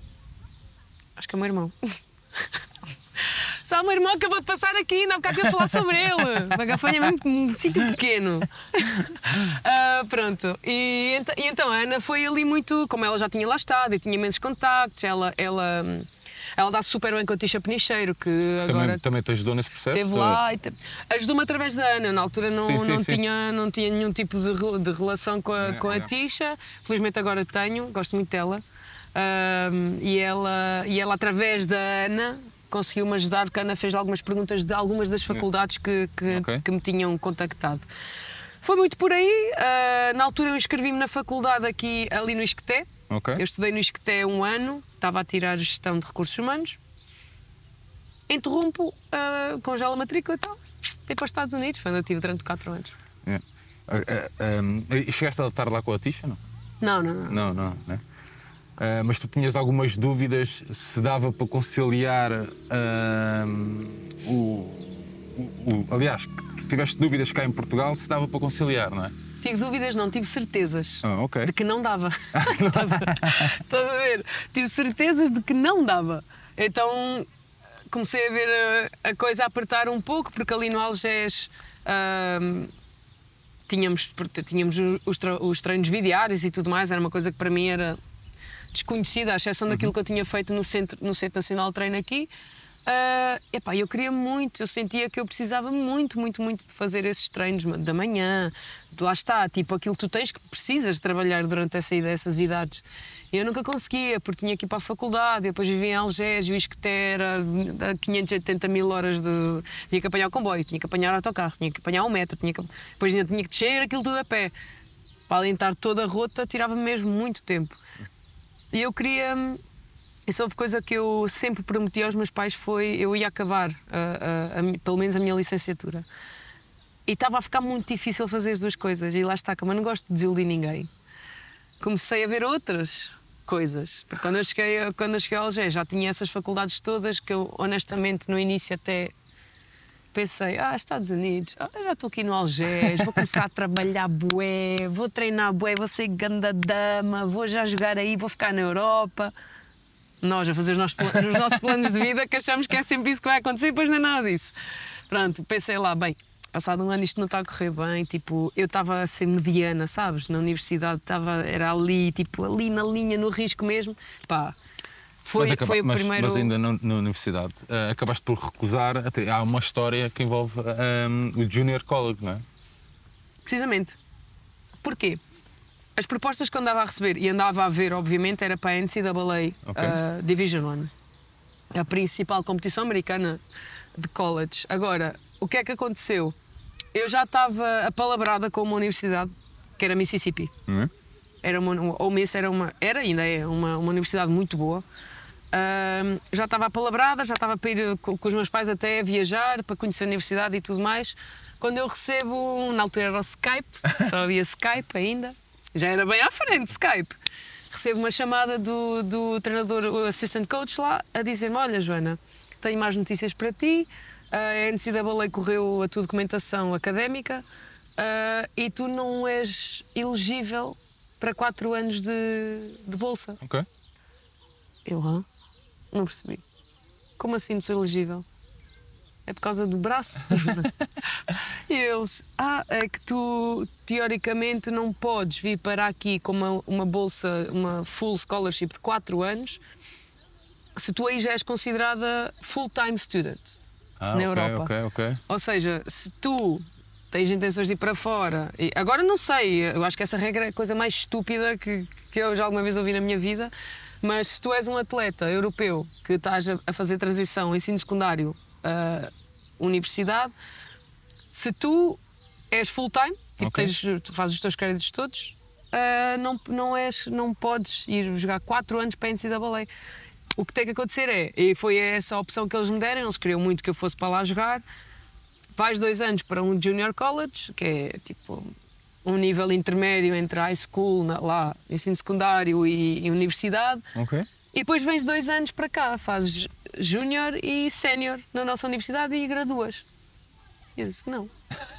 acho que é o meu irmão. Só o meu irmão acabou de passar aqui, ainda há bocado estive a falar sobre ele. A Gafanha é mesmo um sítio pequeno. Uh, pronto. E, ent e então a Ana foi ali muito, como ela já tinha lá estado e tinha imensos contactos, ela, ela, ela dá super bem com a Tisha Penicheiro, que também, agora... Também te ajudou nesse processo? Esteve lá e te... ajudou-me através da Ana. Na altura não, sim, sim, não, sim. Tinha, não tinha nenhum tipo de, de relação com a, é, com a é. Tisha. Felizmente agora tenho, gosto muito dela. Uh, e, ela, e ela, através da Ana, conseguiu-me ajudar, porque a Ana fez algumas perguntas de algumas das faculdades que, que, okay. que me tinham contactado. Foi muito por aí. Uh, na altura eu inscrevi-me na faculdade aqui, ali no Isqueté. Okay. Eu estudei no Isqueté um ano, estava a tirar gestão de recursos humanos. Interrompo, uh, congelo a matrícula e tal. Fui para os Estados Unidos, foi onde eu estive durante quatro anos. Yeah. Uh, uh, um, chegaste a estar lá com a Tisha, não? Não, não, não. Não, não, né? Uh, mas tu tinhas algumas dúvidas se dava para conciliar uh, o, o, o... Aliás, tu tiveste dúvidas cá em Portugal se dava para conciliar, não é? Tive dúvidas, não, tive certezas ah, okay. de que não dava. Estás a, estás a ver? Tive certezas de que não dava. Então comecei a ver a, a coisa a apertar um pouco, porque ali no Algés uh, tínhamos, tínhamos os, os treinos bidiários e tudo mais, era uma coisa que para mim era desconhecida, à exceção daquilo que eu tinha feito no Centro, no Centro Nacional de Treino aqui. Uh, epá, eu queria muito, eu sentia que eu precisava muito, muito, muito de fazer esses treinos da manhã. Lá está, tipo aquilo que tu tens que precisas de trabalhar durante essa, essas idades. E eu nunca conseguia, porque tinha que ir para a faculdade, eu depois vivia em Algés, o Isqueté era quinhentas e oitenta mil horas de... Tinha que apanhar o comboio, tinha que apanhar o autocarro, tinha que apanhar o metro, tinha que... depois ainda tinha que descer aquilo tudo a pé. Para alentar toda a rota, tirava mesmo muito tempo. E eu queria... Isso houve coisa que eu sempre prometi aos meus pais, foi eu ia acabar, a, a, a, pelo menos a minha licenciatura. E estava a ficar muito difícil fazer as duas coisas. E lá está, como eu não gosto de desiludir ninguém, comecei a ver outras coisas. Porque quando eu cheguei, quando eu cheguei ao Algés já tinha essas faculdades todas que eu, honestamente, no início até pensei, ah, Estados Unidos, ah, já estou aqui no Algés, vou começar a trabalhar bué, vou treinar bué, vou ser ganda dama, vou já jogar aí, vou ficar na Europa. Nós a fazer os nossos, os nossos planos de vida, que achamos que é sempre isso que vai acontecer e depois não é nada disso. Pronto, pensei lá, bem, passado um ano isto não está a correr bem, tipo, eu estava a ser mediana, sabes, na universidade, estava, era ali, tipo, ali na linha, no risco mesmo, pá. Foi, acaba, foi o mas, primeiro... Mas ainda na, na universidade, uh, acabaste por recusar, até, há uma história que envolve um, o Junior College, não é? Precisamente. Porquê? As propostas que eu andava a receber, e andava a ver, obviamente, era para a N C A A okay. uh, Division um, a principal competição americana de college. Agora, o que é que aconteceu? Eu já estava apalabrada com uma universidade, que era Mississippi. Uhum. Era uma, ou Miss era uma, era ainda é uma, uma universidade muito boa. Uh, já estava apalabrada, já estava para ir com, com os meus pais até a viajar, para conhecer a universidade e tudo mais. quando eu recebo, na altura era o Skype, só havia Skype ainda, já era bem à frente Skype. Recebo uma chamada do, do treinador, o assistant coach lá, a dizer-me: olha, Joana, tenho mais notícias para ti, a N C A A correu a tua documentação académica uh, e tu não és elegível para quatro anos de, de bolsa. Ok. Eu, ah, não percebi. Como assim não sou elegível? É por causa do braço? E eles, ah, é que tu teoricamente não podes vir para aqui com uma, uma bolsa, uma full scholarship de quatro anos, se tu aí já és considerada full-time student ah, na okay, Europa. Ok, ok. Ou seja, se tu tens intenções de ir para fora, e agora não sei, eu acho que essa regra é a coisa mais estúpida que, que eu já alguma vez ouvi na minha vida, mas se tu és um atleta europeu que estás a, a fazer transição ensino secundário, Uh, universidade, se tu és full-time, tipo, okay. tens, tu fazes os teus créditos todos, uh, não, não, és, não podes ir jogar quatro anos para a N C A A. O que tem que acontecer é, e foi essa a opção que eles me deram, eles queriam muito que eu fosse para lá jogar, vais dois anos para um junior college, que é tipo um nível intermédio entre high school, na, lá, ensino secundário e, e universidade. Ok. E depois vens dois anos para cá, fazes júnior e sénior na nossa universidade e graduas. E eu disse que não.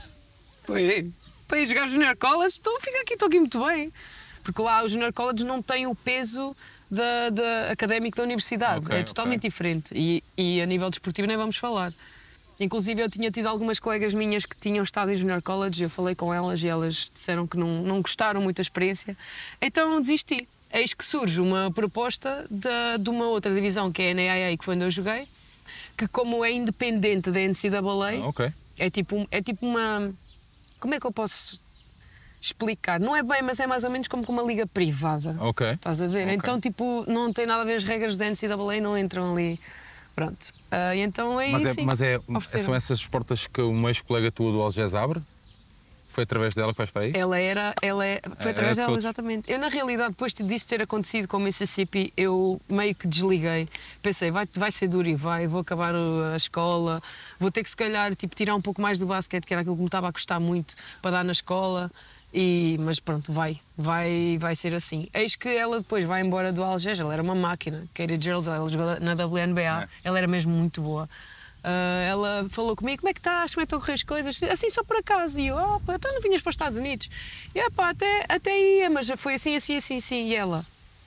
Foi, para ir jogar junior college, estou a ficar aqui, estou aqui muito bem. Porque lá o junior college não tem o peso da, da académico da universidade, okay, é totalmente okay. diferente. E, e a nível desportivo nem vamos falar. Inclusive eu tinha tido algumas colegas minhas que tinham estado em junior college, eu falei com elas e elas disseram que não, não gostaram muito da experiência. Então desisti. Eis que surge uma proposta de, de uma outra divisão, que é a N A I A, que foi onde eu joguei, que como é independente da N C A A, ah, okay. é, tipo, é tipo uma... Como é que eu posso explicar? Não é bem, mas é mais ou menos como uma liga privada. Ok. Estás a ver? Okay. Então, tipo, não tem nada a ver, as regras da N C A A não entram ali. Pronto. Uh, e então é mas isso. É, mas é, são essas portas que uma ex-colega tua do Algés abre? Foi através dela que vais para aí? Ela era, ela é, foi através dela, exatamente. Eu, na realidade, depois disso ter acontecido com o Mississippi, eu meio que desliguei. Pensei, vai, vai ser duro e vai, vou acabar a escola, vou ter que, se calhar, tipo, tirar um pouco mais do basquete, que era aquilo que me estava a custar muito para dar na escola. E, mas pronto, vai, vai, vai ser assim. Eis que ela depois vai embora do Algés, ela era uma máquina. Katie Gerald, ela jogou na W N B A, é. Ela era mesmo muito boa. Uh, ela falou comigo, como é que estás, como é que estão a correr as coisas, assim só por acaso, e eu, oh, pá, então não vinhas para os Estados Unidos? E ah, pá, até, até ia, mas foi assim, assim, assim, assim, e ela,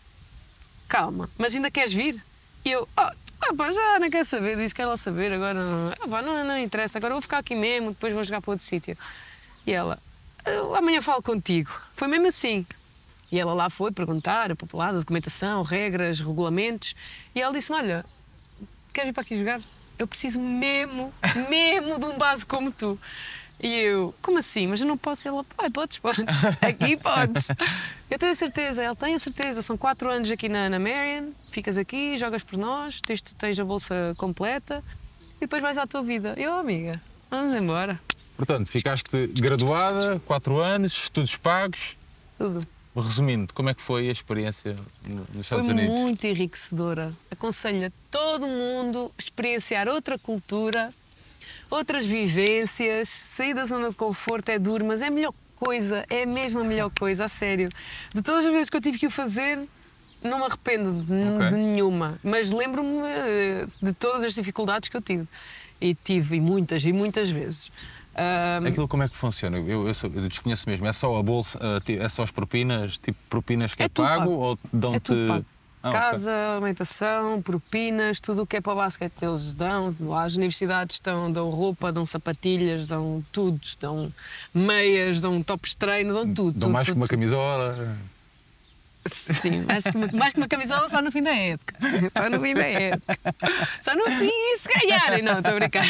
calma, mas ainda queres vir? E eu, oh, ah, pá, já não quero saber disso, quero lá saber, agora não, ah, pá, não, não interessa, agora vou ficar aqui mesmo, depois vou jogar para outro sítio. E ela, amanhã falo contigo, foi mesmo assim. E ela lá foi perguntar, a papelada, documentação, regras, regulamentos, e ela disse-me, olha, queres vir para aqui jogar? Eu preciso mesmo, mesmo de um base como tu. E eu, como assim? Mas eu não posso. Ela, pai, podes, podes. Aqui podes. Eu tenho a certeza, ela tem a certeza. São quatro anos aqui na, na Marion, ficas aqui, jogas por nós, tens, tens a bolsa completa e depois vais à tua vida. Eu, amiga, vamos embora. Portanto, ficaste graduada, quatro anos, estudos pagos. Tudo. Resumindo, como é que foi a experiência nos Estados foi Unidos? Foi muito enriquecedora. Aconselho a todo mundo a experienciar outra cultura, outras vivências. Sair da zona de conforto é duro, mas é a melhor coisa, é mesmo a melhor coisa, a sério. De todas as vezes que eu tive que o fazer, não me arrependo de, okay. de nenhuma, mas lembro-me de todas as dificuldades que eu tive. E tive, e muitas, e muitas vezes. Um... Aquilo como é que funciona? Eu, eu, sou, eu desconheço mesmo. É só a bolsa, é só as propinas, tipo propinas que é, é pago, pago ou dão-te... É tudo pago. Ah, casa, okay. alimentação, propinas, tudo o que é para o basquete eles dão. Lá as universidades dão, dão roupa, dão sapatilhas, dão tudo. Dão meias, dão tops de treino, dão tudo. Dão tudo, mais tudo, que uma tudo. camisola? Sim, mais que, uma, mais que uma camisola só no fim da época. Só no fim da época. Só no fim e se ganharem. Não, estou a brincar.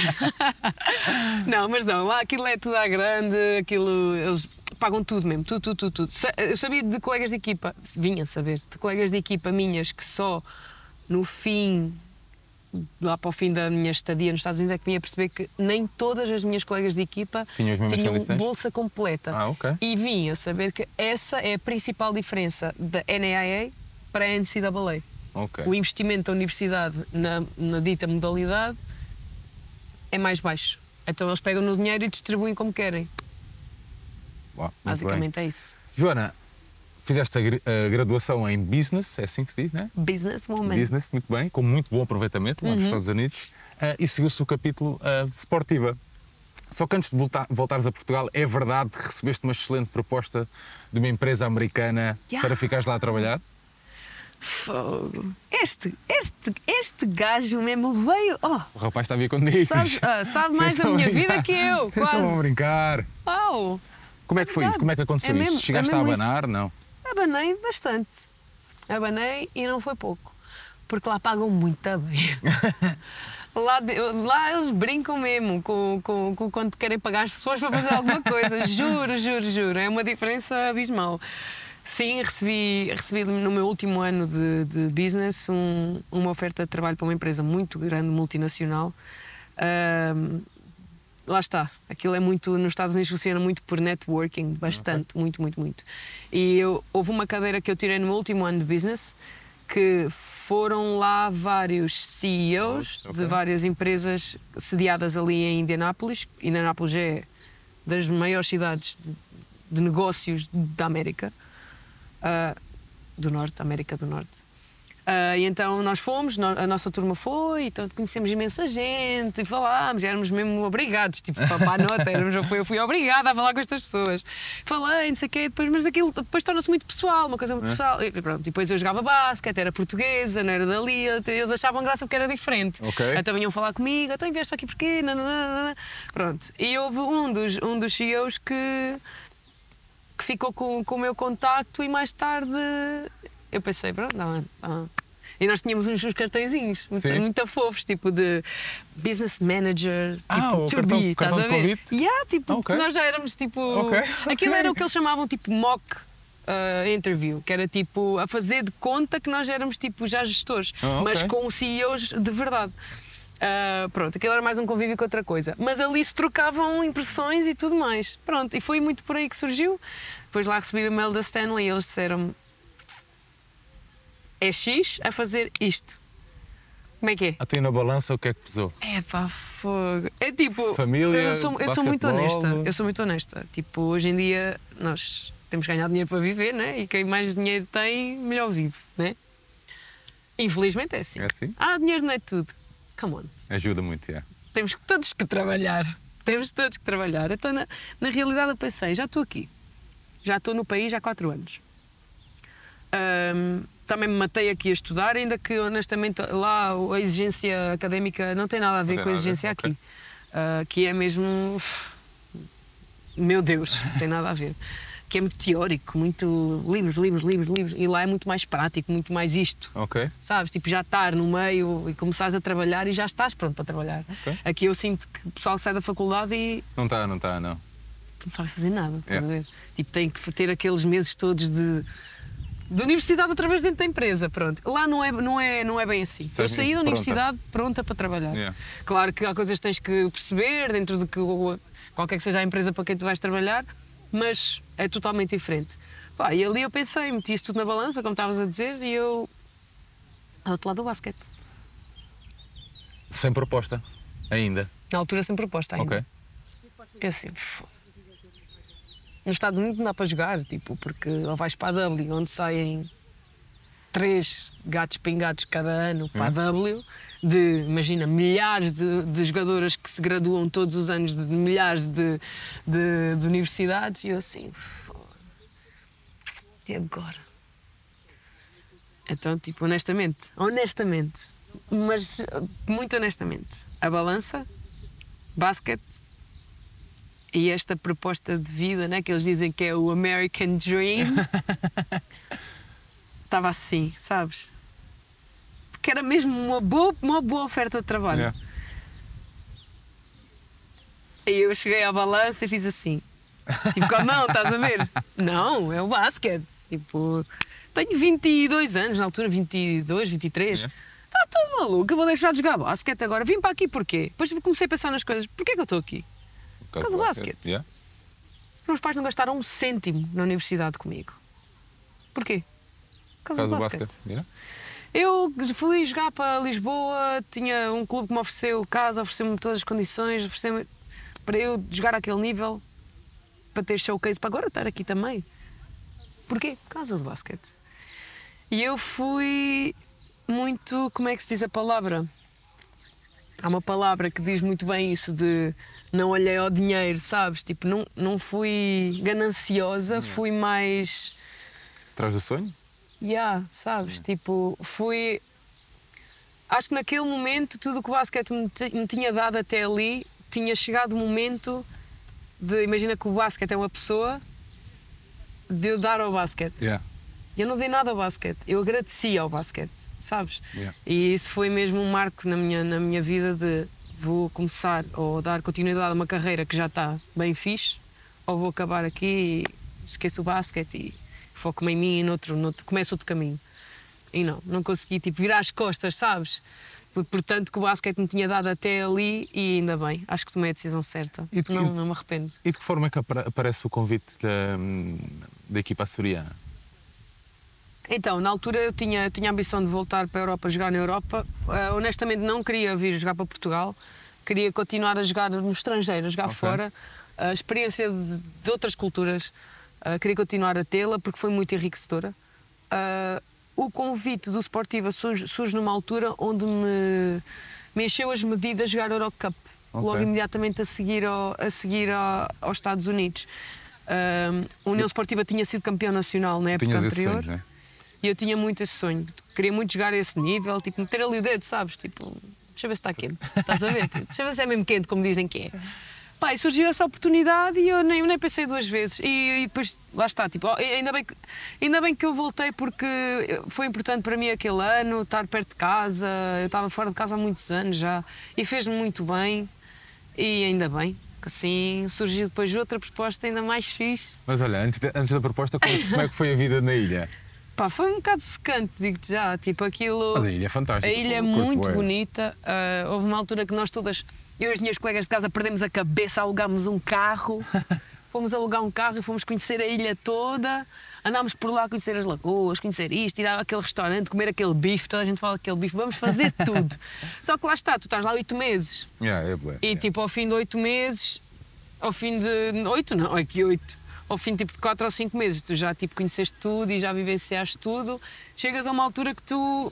Não, mas não, lá aquilo é tudo à grande, aquilo, eles pagam tudo mesmo, tudo, tudo, tudo, tudo. Eu sabia de colegas de equipa, vinha saber, de colegas de equipa minhas que só no fim, lá para o fim da minha estadia nos Estados Unidos, é que vinha perceber que nem todas as minhas colegas de equipa tinham bolsa completa. Ah, okay. E vinha saber que essa é a principal diferença da N A I A para a N C A A. Okay. O investimento da universidade na, na dita modalidade é mais baixo. Então eles pegam no dinheiro e distribuem como querem. Uau, Basicamente bem. é isso. Joana, fizeste a, a graduação em Business, é assim que se diz, não é? Businesswoman. Business, muito bem, com muito bom aproveitamento lá nos Uhum. Estados Unidos. Uh, e seguiu-se o capítulo uh, de Sportiva. Só que antes de voltar, voltares a Portugal, é verdade que recebeste uma excelente proposta de uma empresa americana Yeah. para ficares lá a trabalhar? Fogo. Este, este, este gajo mesmo veio. Oh, O rapaz está a vir contigo. sabe, ah, sabe mais da Vocês minha estão a vida brincar. que eu, Vocês Estão a quase. brincar. Uau! Como é que foi verdade. isso? Como é que aconteceu É isso? mesmo- é Chegaste a mesmo isso. abanar? Não. Abanei bastante. Abanei e não foi pouco. Porque lá pagam muito bem. Lá, de- lá eles brincam mesmo com, com, com quando querem pagar as pessoas para fazer alguma coisa. Juro, juro, juro. É uma diferença abismal. Sim, recebi, recebi no meu último ano de, de business um- uma oferta de trabalho para uma empresa muito grande, multinacional. Ahm, lá está. Aquilo é muito. Nos Estados Unidos funciona muito por networking, bastante, muito, muito, muito. E eu, houve uma cadeira que eu tirei no meu último ano de business que foram lá vários C E Os Ok. de várias empresas sediadas ali em Indianápolis. Indianápolis é das maiores cidades de, de negócios da América, ah, do Norte, da América do Norte. Ah, e então nós fomos, no- a nossa turma foi, então conhecemos imensa gente e falámos, éramos mesmo obrigados, tipo, para para a nota, éramos, eu, fui, eu fui obrigada a falar com estas pessoas. Falei, não sei o quê, depois, mas aquilo depois torna-se muito pessoal, uma coisa muito pessoal. E, pronto, depois eu jogava basquete, era portuguesa, não era dali, eles achavam graça porque era diferente. Ok. Então vinham falar comigo, então vieste aqui porquê? Nananana. Pronto. E houve um dos, um dos C E Os que, que ficou com, com o meu contacto e mais tarde eu pensei, pronto, não, não. E nós tínhamos uns, uns cartõezinhos muito, Sim. muito fofos, tipo de business manager, Ah, tipo o to cartão- be, estás cartão a de ver? convite? Yeah, tipo, Ok. nós já éramos tipo. Ok, Aquilo ok. era o que eles chamavam tipo mock uh, interview, que era tipo a fazer de conta que nós éramos tipo já gestores, Ah, ok. mas com C E Os de verdade. Uh, pronto, aquilo era mais um convívio que outra coisa. Mas ali se trocavam impressões e tudo mais. Pronto, e foi muito por aí que surgiu. Depois lá recebi o e-mail da Stanley e eles disseram-me: é X a fazer isto. Como é que é? A ti na balança o que é que pesou? É pá, fogo. É tipo. Família, eu sou, eu sou muito basquetebol. honesta. Eu sou muito honesta. Tipo, hoje em dia nós temos que ganhar dinheiro para viver, né? E quem mais dinheiro tem, melhor vive, né? Infelizmente é assim. É assim? Ah, dinheiro não é tudo. Come on. Ajuda muito, é. Temos que- todos que trabalhar. Temos todos que trabalhar. Então, na, na realidade, eu pensei: já estou aqui. Já estou no país há quatro anos. Ahm, também me matei aqui a estudar, ainda que honestamente lá a exigência académica não tem nada a ver Não tem com a nada a ver, exigência ok. aqui. Ah, que é mesmo. Meu Deus, não tem nada a ver. Que é muito teórico, muito livros, livros, livros, livros. E lá é muito mais prático, muito mais isto. Ok. Sabes? Tipo, já estar no meio e começares a trabalhar e já estás pronto para trabalhar. Ok. Aqui eu sinto que o pessoal sai da faculdade e Não está, não está, não. não sabe fazer nada, estás Yeah. a ver? Tipo, tem que ter aqueles meses todos de, de universidade outra vez dentro da empresa, pronto. Lá não é, não é, não é bem assim. Eu Sais saí da pronta. universidade pronta para trabalhar. Yeah. Claro que há coisas que tens que perceber dentro de que, qualquer que seja a empresa para quem tu vais trabalhar, mas é totalmente diferente. Pá, e ali eu pensei, meti isso tudo na balança, como estavas a dizer, e eu... ao outro lado do basquete. Sem proposta, ainda. Na altura sem proposta ainda. Ok. Eu assim, "Fô." Nos Estados Unidos não dá para jogar, tipo, porque ou vais para a W, onde saem três gatos pingados cada ano para a W, de, imagina, milhares de, de jogadoras que se graduam todos os anos de milhares de, de, de universidades, e eu assim, "Fô. E agora?" Então, tipo, honestamente, honestamente, mas muito honestamente, a balança, basquete e esta proposta de vida, né, que eles dizem que é o American Dream, estava assim, sabes? Porque era mesmo uma boa, uma boa oferta de trabalho. Yeah. E eu cheguei à balança e fiz assim, tipo, com a mão, estás a ver? Não, é o basquete. Tipo, tenho vinte e dois anos, na altura, vinte e dois, vinte e três. Yeah. Está tudo maluco, eu vou deixar de jogar basquete agora. Vim para aqui porquê? Depois comecei a pensar nas coisas, porquê que eu estou aqui? Por causa do basquete. Yeah. Os meus pais não gastaram um cêntimo na universidade comigo. Porquê? Por Por causa causa do do basquete. basquete. Yeah. Eu fui jogar para Lisboa, tinha um clube que me ofereceu casa, ofereceu-me todas as condições, ofereceu-me... para eu jogar àquele nível, para ter showcase, para agora estar aqui também. Porquê? Por causa do basquete. E eu fui muito, como é que se diz a palavra? Há uma palavra que diz muito bem isso de não olhei ao dinheiro, sabes? Tipo, não, não fui gananciosa, fui mais... Atrás do sonho? Yeah, sabes? Yeah. Tipo, fui... Acho que naquele momento tudo o que o basquete me, me tinha dado até ali, tinha chegado o momento de... Imagina que o basquete é uma pessoa, de eu dar ao basquete. Yeah. Eu não dei nada ao basquete, eu agradeci ao basquete, sabes? Yeah. E isso foi mesmo um marco na minha, na minha vida de vou começar ou dar continuidade a uma carreira que já está bem fixe, ou vou acabar aqui e esqueço o basquete e foco-me em mim e noutro, noutro, começo outro caminho. E não, não consegui tipo, virar as costas, sabes? Portanto, que o basquete me tinha dado até ali e ainda bem, acho que tomei a decisão certa. E de, não, não me arrependo. E de que forma é que aparece o convite da, da equipa açoriana? Então, na altura eu tinha, eu tinha a ambição de voltar para a Europa, jogar na Europa. Uh, honestamente não queria vir jogar para Portugal, queria continuar a jogar no estrangeiro, a jogar okay. fora. A experiência de, de outras culturas, uh, queria continuar a tê-la porque foi muito enriquecedora. Uh, o convite do Sportiva surge, surge numa altura onde me, me encheu as medidas de jogar a Eurocup, okay. logo imediatamente a seguir, ao, a seguir ao, aos Estados Unidos. Uh, a União Sportiva tinha sido campeão nacional na época anterior. Sonho, né? E eu tinha muito esse sonho, queria muito jogar a esse nível, tipo, meter ali o dedo, sabes? Tipo, deixa eu ver se está quente, estás a ver? Deixa eu ver se é mesmo quente, como dizem que é. Pá, e surgiu essa oportunidade e eu nem, nem pensei duas vezes. E, e depois, lá está, tipo, ainda bem, que, ainda bem que eu voltei porque foi importante para mim aquele ano, estar perto de casa, eu estava fora de casa há muitos anos já, e fez-me muito bem, e ainda bem. Assim, surgiu depois outra proposta ainda mais fixe. Mas olha, antes, de, antes da proposta, como, como é que foi a vida na ilha? Pá, foi um bocado secante, digo-te já, tipo aquilo... Mas a ilha é fantástica. A ilha é muito bonita, uh, houve uma altura que nós todas, eu e as minhas colegas de casa perdemos a cabeça, alugámos um carro, fomos alugar um carro e fomos conhecer a ilha toda, andámos por lá a conhecer as lagoas, conhecer isto, ir àquele restaurante, comer aquele bife, toda a gente fala aquele bife, vamos fazer tudo. Só que lá está, tu estás lá oito meses. Yeah, é bem, e yeah. tipo, ao fim de oito meses, ao fim de... oito não, é que oito. Ao fim tipo, de quatro ou cinco meses, tu já tipo, conheceste tudo e já vivenciaste tudo, chegas a uma altura que tu...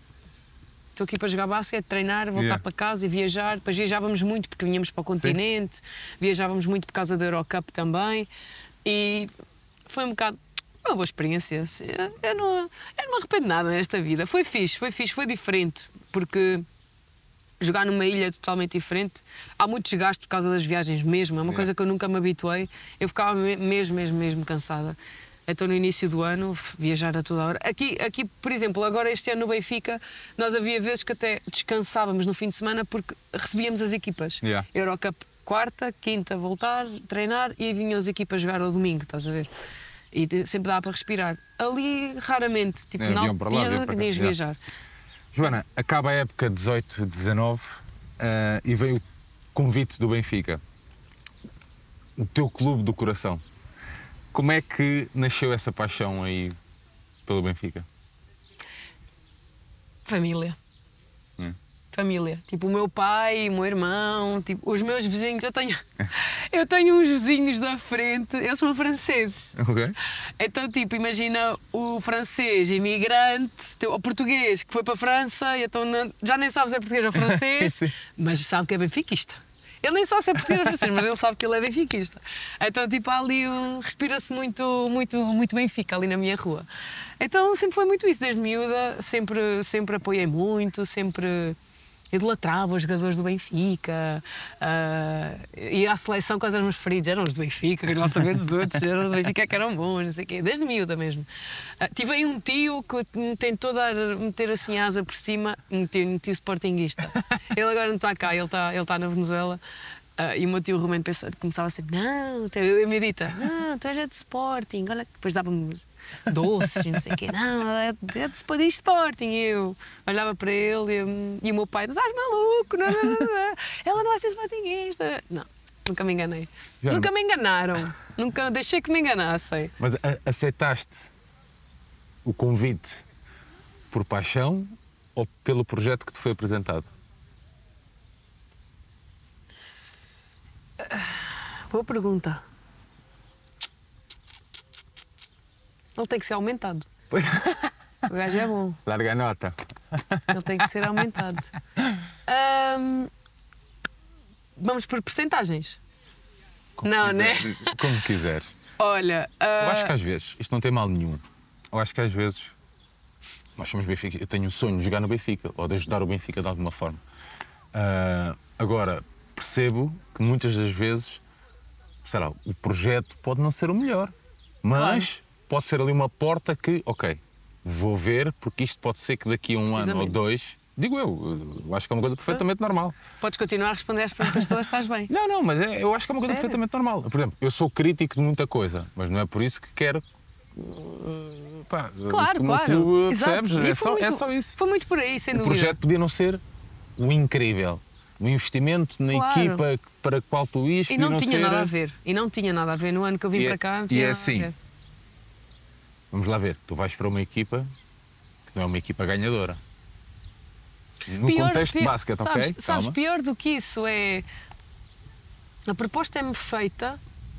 Estou aqui para jogar basquete, treinar, voltar yeah. para casa e viajar. Depois viajávamos muito porque vinhamos para o continente, sim. viajávamos muito por causa da Eurocup também. E foi um bocado... uma boa experiência. Eu não, eu não me arrependo de nada nesta vida. Foi fixe, foi fixe, foi diferente, porque... jogar numa ilha totalmente diferente, há muito desgaste por causa das viagens mesmo, é uma yeah. coisa que eu nunca me habituei, eu ficava mesmo, mesmo, mesmo cansada. Então no início do ano, viajar a toda hora. Aqui, aqui, por exemplo, agora este ano no Benfica, nós havia vezes que até descansávamos no fim de semana porque recebíamos as equipas. Yeah. Eurocup quarta, quinta voltar, treinar e aí vinham as equipas jogar ao domingo, estás a ver? E sempre dá para respirar. Ali, raramente, tipo, é, não tinha que ias viajar. Joana, acaba a época dezoito dezanove uh, e veio o convite do Benfica, o teu clube do coração. Como é que nasceu essa paixão aí pelo Benfica? Família. Hum. Família. Tipo, o meu pai, o meu irmão, tipo, os meus vizinhos. Eu tenho, eu tenho uns vizinhos da frente, eles são franceses. Ok. Então, tipo, imagina o francês imigrante, o português que foi para a França, e então já nem sabe se é português ou francês, sim, sim. mas sabe que é benfiquista. Ele nem sabe se é português ou francês, mas ele sabe que ele é benfiquista. Então, tipo, há ali um, respira-se muito, muito, muito Benfica ali na minha rua. Então, sempre foi muito isso, desde miúda, sempre, sempre apoiei muito, sempre... idolatrava os jogadores do Benfica, uh, ia à seleção com os meus preferidos, eram os do Benfica, queria lá saber dos outros, eram os do Benfica que eram bons, não sei o quê, desde miúda mesmo. Uh, tive aí um tio que me tentou dar, meter assim a asa por cima, um tio, um tio sportinguista. Ele agora não está cá, ele está ele está na Venezuela. Uh, e o meu tio Romano pensa, começava sempre, não, eu me dita, não, tu és de Sporting, olha, depois dava-me doces, não sei o quê, não, é de, de Sporting, e eu olhava para ele e, e o meu pai, não estás maluco, não, não, não, não, ela não vai ser Sportingista. Não, nunca me enganei, Já nunca não... me enganaram, nunca deixei que me enganassem. Mas a, aceitaste o convite por paixão ou pelo projeto que te foi apresentado? Boa pergunta. Ele tem que ser aumentado. Pois. O gajo é bom. Larga a nota. Ele tem que ser aumentado. Ahm, vamos por percentagens. Como Não, quiseres. né? Como quiseres. Olha. Eu acho ah, que às vezes, isto não tem mal nenhum. Eu acho que às vezes, nós somos Benfica, eu tenho o sonho de jogar no Benfica, ou de ajudar o Benfica de alguma forma. Uh, agora, percebo que muitas das vezes, sei lá, o projeto pode não ser o melhor, mas claro, pode ser ali uma porta que, ok, vou ver, porque isto pode ser que daqui a um ano ou dois, digo eu, eu acho que é uma coisa perfeitamente normal. Podes continuar a responder às perguntas todas, estás bem. Não, não, mas é, eu acho que é uma coisa Sério? perfeitamente normal. Por exemplo, eu sou crítico de muita coisa, mas não é por isso que quero. Uh, pá, claro, que o meu claro. clube, Exato. percebes? É só, muito, é só isso. Foi muito por aí, sem o dúvida. O projeto podia não ser o incrível. O investimento na claro, equipa para a qual tu ias e não, não tinha ser... nada a ver. E não tinha nada a ver. No ano que eu vim e para é, cá, não e tinha é nada assim, a ver. Vamos lá ver, tu vais para uma equipa que não é uma equipa ganhadora. No pior, contexto pior, de basquete, sabes, ok? Sabes, Calma. pior do que isso é... A proposta é-me feita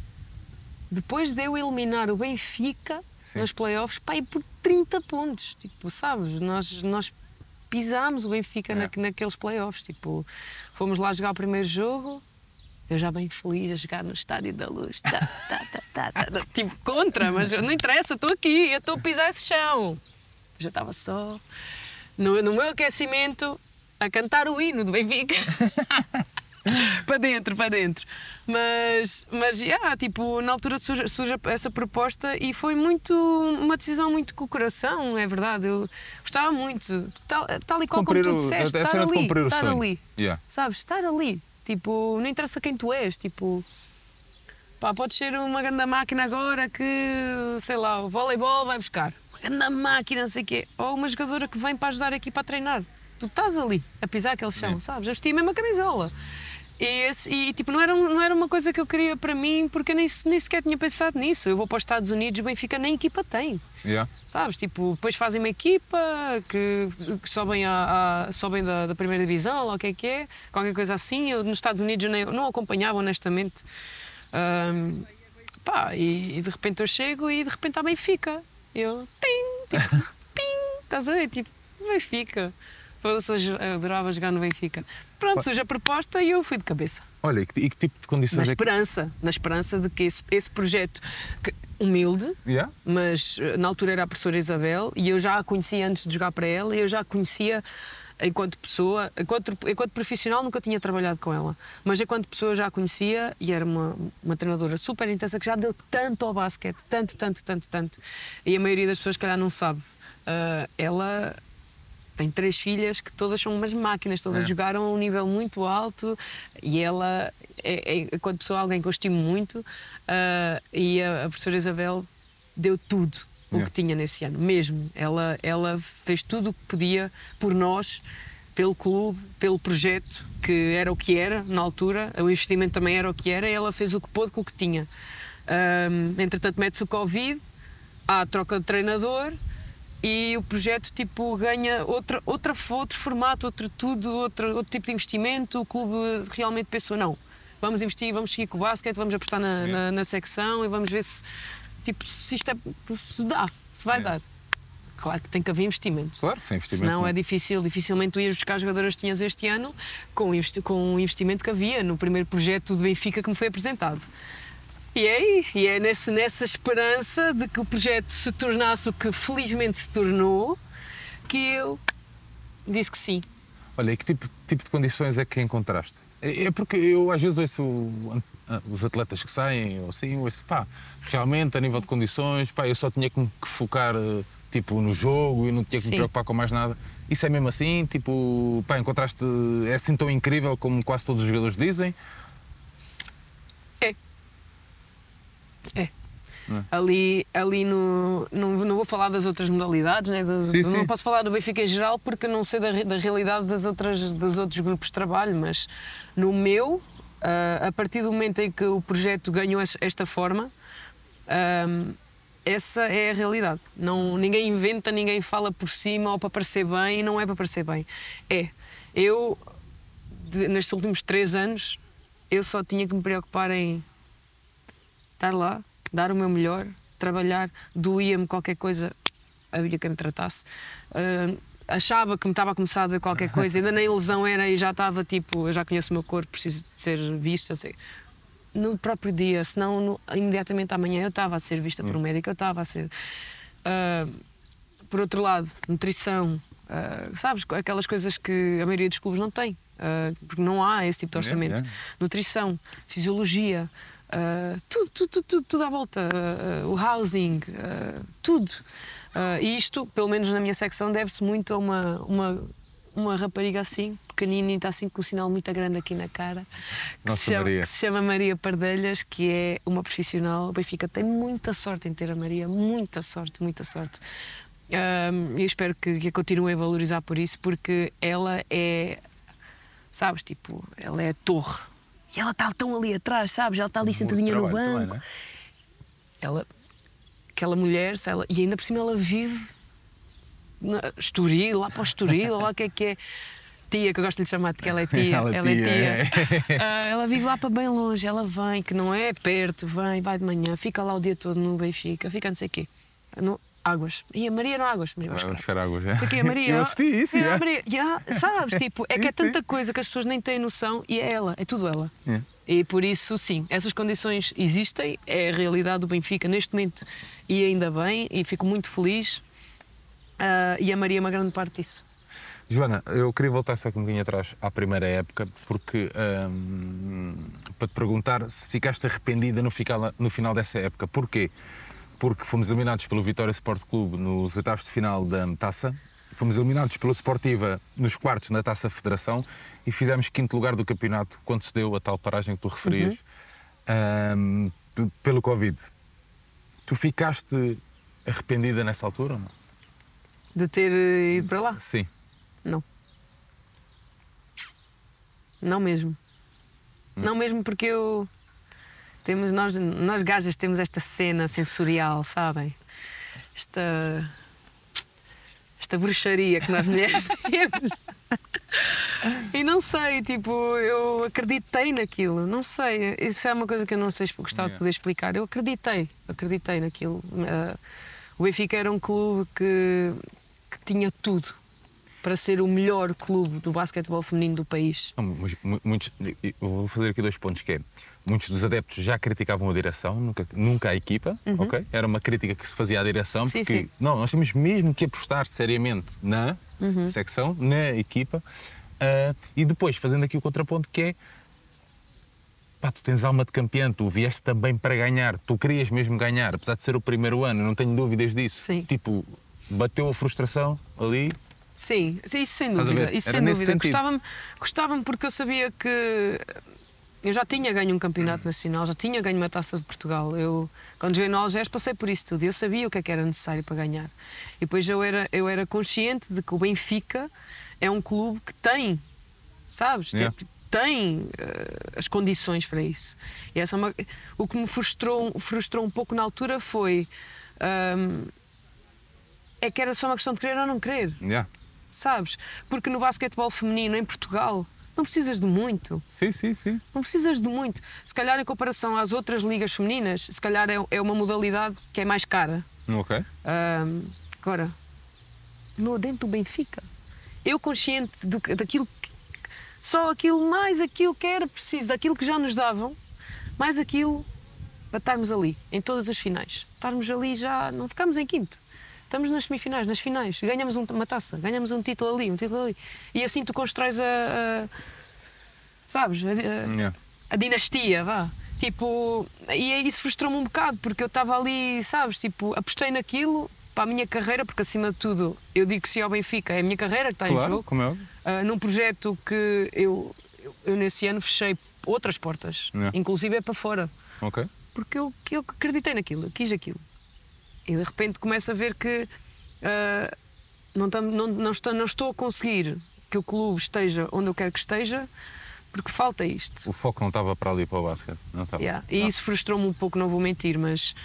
depois de eu eliminar o Benfica, sim, nos playoffs, pá, e por trinta pontos. Tipo, sabes, nós, nós pisámos o Benfica, é, na, naqueles playoffs. Tipo, fomos lá jogar o primeiro jogo, eu já bem feliz a jogar no Estádio da Luz. Tá, tá, tá, tá, tá, tá, tipo, contra, mas não interessa, estou aqui, eu estou a pisar esse chão. Eu já estava só no, no meu aquecimento a cantar o hino do Benfica. Para dentro, para dentro. Mas, mas yeah, tipo, na altura surge, surge essa proposta e foi muito uma decisão muito com o coração, é verdade. Eu gostava muito, tal, tal e qual cumprir como tu o, disseste, é estar ali, cumprir o estar sonho. ali. Yeah. Sabes, estar ali. Tipo, não interessa quem tu és, tipo, pá, podes ser uma grande máquina agora que, sei lá, o voleibol vai buscar. Uma grande máquina, não sei o quê. Ou uma jogadora que vem para ajudar aqui para treinar. Tu estás ali, a pisar aquele chão, yeah, sabes? A vestir a mesma camisola. E, esse, e tipo, não era, não era uma coisa que eu queria para mim, porque eu nem, nem sequer tinha pensado nisso. Eu vou para os Estados Unidos, o Benfica nem equipa tem. Yeah. Sabes? Tipo, depois fazem uma equipa que, que sobem, a, a, sobem da, da primeira divisão, lá o que é que é, qualquer coisa assim. Eu, nos Estados Unidos eu nem, não acompanhava, honestamente. Um, pá, e, e de repente eu chego e de repente há Benfica. Eu, tim, tipo, pim, estás a ver? Tipo, Benfica. Eu adorava jogar no Benfica. Pronto, surge a proposta e eu fui de cabeça. Olha, e que, e que tipo de condições na é que... esperança, na esperança de que esse, esse projeto, que, humilde, yeah, mas na altura era a professora Isabel e eu já a conhecia antes de jogar para ela e eu já a conhecia enquanto pessoa, enquanto, enquanto profissional nunca tinha trabalhado com ela, mas enquanto pessoa já a conhecia e era uma, uma treinadora super intensa que já deu tanto ao basquete, tanto, tanto, tanto, tanto. E a maioria das pessoas, calhar, não sabe. Uh, ela... tem três filhas que todas são umas máquinas, todas é. jogaram a um nível muito alto e ela é, é quando pessoa alguém que eu estimo muito uh, e a, a professora Isabel deu tudo o yeah. que tinha nesse ano, mesmo. Ela, ela fez tudo o que podia por nós, pelo clube, pelo projeto, que era o que era na altura, o investimento também era o que era, e ela fez o que pôde com o que tinha. Um, entretanto, mete-se o Covid, há a troca de treinador, e o projeto tipo, ganha outra, outra, outro formato, outro tudo, outro, outro tipo de investimento. O clube realmente pensou, não, vamos investir, vamos seguir com o basquete, vamos apostar na, é. na, na secção e vamos ver se, tipo, se isto é, se dá, se vai é. dar. Claro que tem que haver investimento. Claro, sem investimento. Senão é difícil, dificilmente tu ias buscar jogadoras que tinhas este ano com o investi- com o investimento que havia no primeiro projeto do Benfica que me foi apresentado. E é aí, e é nesse, nessa esperança de que o projeto se tornasse o que felizmente se tornou, que eu disse que sim. Olha, e que tipo, tipo de condições é que encontraste? É porque eu às vezes ouço os atletas que saem, ou assim, ouço, pá, realmente a nível de condições, pá, eu só tinha que me focar tipo, no jogo e não tinha que me preocupar com mais nada. Isso é mesmo assim? Tipo, pá, encontraste, é assim tão incrível como quase todos os jogadores dizem? É. É. É. Ali, ali no, não, não vou falar das outras modalidades, né? de, sim, não sim. posso falar do Benfica em geral porque não sei da, da realidade das outras, dos outros grupos de trabalho, mas no meu, uh, a partir do momento em que o projeto ganhou esta forma, uh, essa é a realidade. Não, ninguém inventa, ninguém fala por cima ou para parecer bem, e não é para parecer bem. É, eu, de, nestes últimos três anos, eu só tinha que me preocupar em estar lá, dar o meu melhor, trabalhar, doía-me qualquer coisa, havia quem me tratasse. Uh, achava que me estava a começar a doer qualquer coisa, ainda nem lesão era e já estava tipo, eu já conheço o meu corpo, preciso de ser vista. Assim. No próprio dia, senão no, imediatamente amanhã eu estava a ser vista por um médico, eu estava a ser. Uh, por outro lado, nutrição, uh, sabes, aquelas coisas que a maioria dos clubes não tem, uh, porque não há esse tipo de orçamento. Yeah, yeah. Nutrição, fisiologia, uh, tudo, tudo, tudo, tudo, tudo à volta, uh, uh, o housing, uh, tudo. Uh, e isto, pelo menos na minha secção, deve-se muito a uma, uma, uma rapariga assim, pequenina, assim com um sinal muito grande aqui na cara, que se, chama, que se chama Maria Pardelhas, que é uma profissional. O Benfica tem muita sorte em ter a Maria, muita sorte, muita sorte. Um, e espero que, que a continuem a valorizar por isso, porque ela é, sabes, tipo, ela é a torre. E ela está tão ali atrás, sabes? Ela está ali sentadinha no banco. Também, não é? Ela, aquela mulher, ela, e ainda por cima ela vive na Estoril, lá para o Estoril, lá o que é que é. Tia, que eu gosto de lhe chamar, porque ela é tia. ela, ela tia, é tia. uh, ela vive lá para bem longe, ela vem, que não é perto, vem, vai de manhã, fica lá o dia todo no Benfica, fica não sei o quê. No, Águas. E a Maria não Águas. Maria vai buscar águas, é? Isso aqui é a Maria. Eu assisti isso, é. Maria, yeah, sabes, tipo, é sim, que é tanta sim. coisa que as pessoas nem têm noção e é ela, é tudo ela. É. E por isso, sim, essas condições existem, é a realidade do Benfica neste momento e ainda bem, e fico muito feliz. Uh, e a Maria é uma grande parte disso. Joana, eu queria voltar só um bocadinho atrás à primeira época, porque hum, para te perguntar se ficaste arrependida no final, no final dessa época. Porquê? Porque fomos eliminados pelo Vitória Sport Clube nos oitavos de final da Taça, fomos eliminados pelo Sportiva nos quartos na Taça Federação e fizemos quinto lugar do campeonato quando se deu a tal paragem que tu referias, uhum. um, pelo Covid. Tu ficaste arrependida nessa altura ou não? De ter ido para lá? Sim. Não. Não mesmo. Não, não mesmo porque eu... Temos, nós, nós gajas temos esta cena sensorial, sabem? Esta, esta bruxaria que nós mulheres temos. E não sei, tipo, eu acreditei naquilo, não sei. Isso é uma coisa que eu não sei, gostava de poder explicar. Eu acreditei, acreditei naquilo. Uh, o Benfica era um clube que, que tinha tudo para ser o melhor clube do basquetebol feminino do país. Muitos, eu vou fazer aqui dois pontos, que é, muitos dos adeptos já criticavam a direção, nunca, nunca a equipa, uhum. ok? Era uma crítica que se fazia à direção, sim, porque sim. não, nós temos mesmo que apostar seriamente na uhum. secção, na equipa, uh, e depois, fazendo aqui o contraponto, que é, pá, tu tens alma de campeão, tu vieste também para ganhar, tu querias mesmo ganhar, apesar de ser o primeiro ano, não tenho dúvidas disso. Sim. Tipo, bateu a frustração ali... Sim, isso sem dúvida. Isso sem dúvida. Gostava-me, gostava-me porque eu sabia que eu já tinha ganho um campeonato nacional, já tinha ganho uma Taça de Portugal. Eu, quando joguei no Algés, passei por isso tudo. Eu sabia o que é que era necessário para ganhar. E depois eu era, eu era consciente de que o Benfica é um clube que tem, sabes, yeah. tem, tem uh, as condições para isso. E essa é uma, o que me frustrou, frustrou um pouco na altura foi um, é que era só uma questão de querer ou não querer. Yeah. Sabes? Porque no basquetebol feminino, em Portugal, não precisas de muito. Sim, sim, sim. Não precisas de muito. Se calhar, em comparação às outras ligas femininas, se calhar é, é uma modalidade que é mais cara. Ok. Um, agora, no dentro do Benfica, eu consciente do, daquilo que... Só aquilo, mais aquilo que era preciso, daquilo que já nos davam, mais aquilo para estarmos ali, em todas as finais. Estarmos ali já... Não ficamos em quinto. Estamos nas semifinais, nas finais, ganhamos uma taça, ganhamos um título ali, um título ali. E assim tu constróis a, a sabes, a, a, yeah. a dinastia, vá. Tipo, e isso frustrou-me um bocado, porque eu estava ali, sabes, tipo, apostei naquilo para a minha carreira, porque acima de tudo, eu digo que se ao Benfica é a minha carreira que está claro, em jogo. Como é? Uh, num projeto que eu, eu, eu nesse ano fechei outras portas, yeah. inclusive é para fora. Ok. Porque eu, eu acreditei naquilo, eu quis aquilo. E de repente começo a ver que uh, não, tam, não, não, estou, não estou a conseguir que o clube esteja onde eu quero que esteja, porque falta isto. O foco não estava para ali, para o basquete. Não estava. Yeah. E não. Isso frustrou-me um pouco, não vou mentir, mas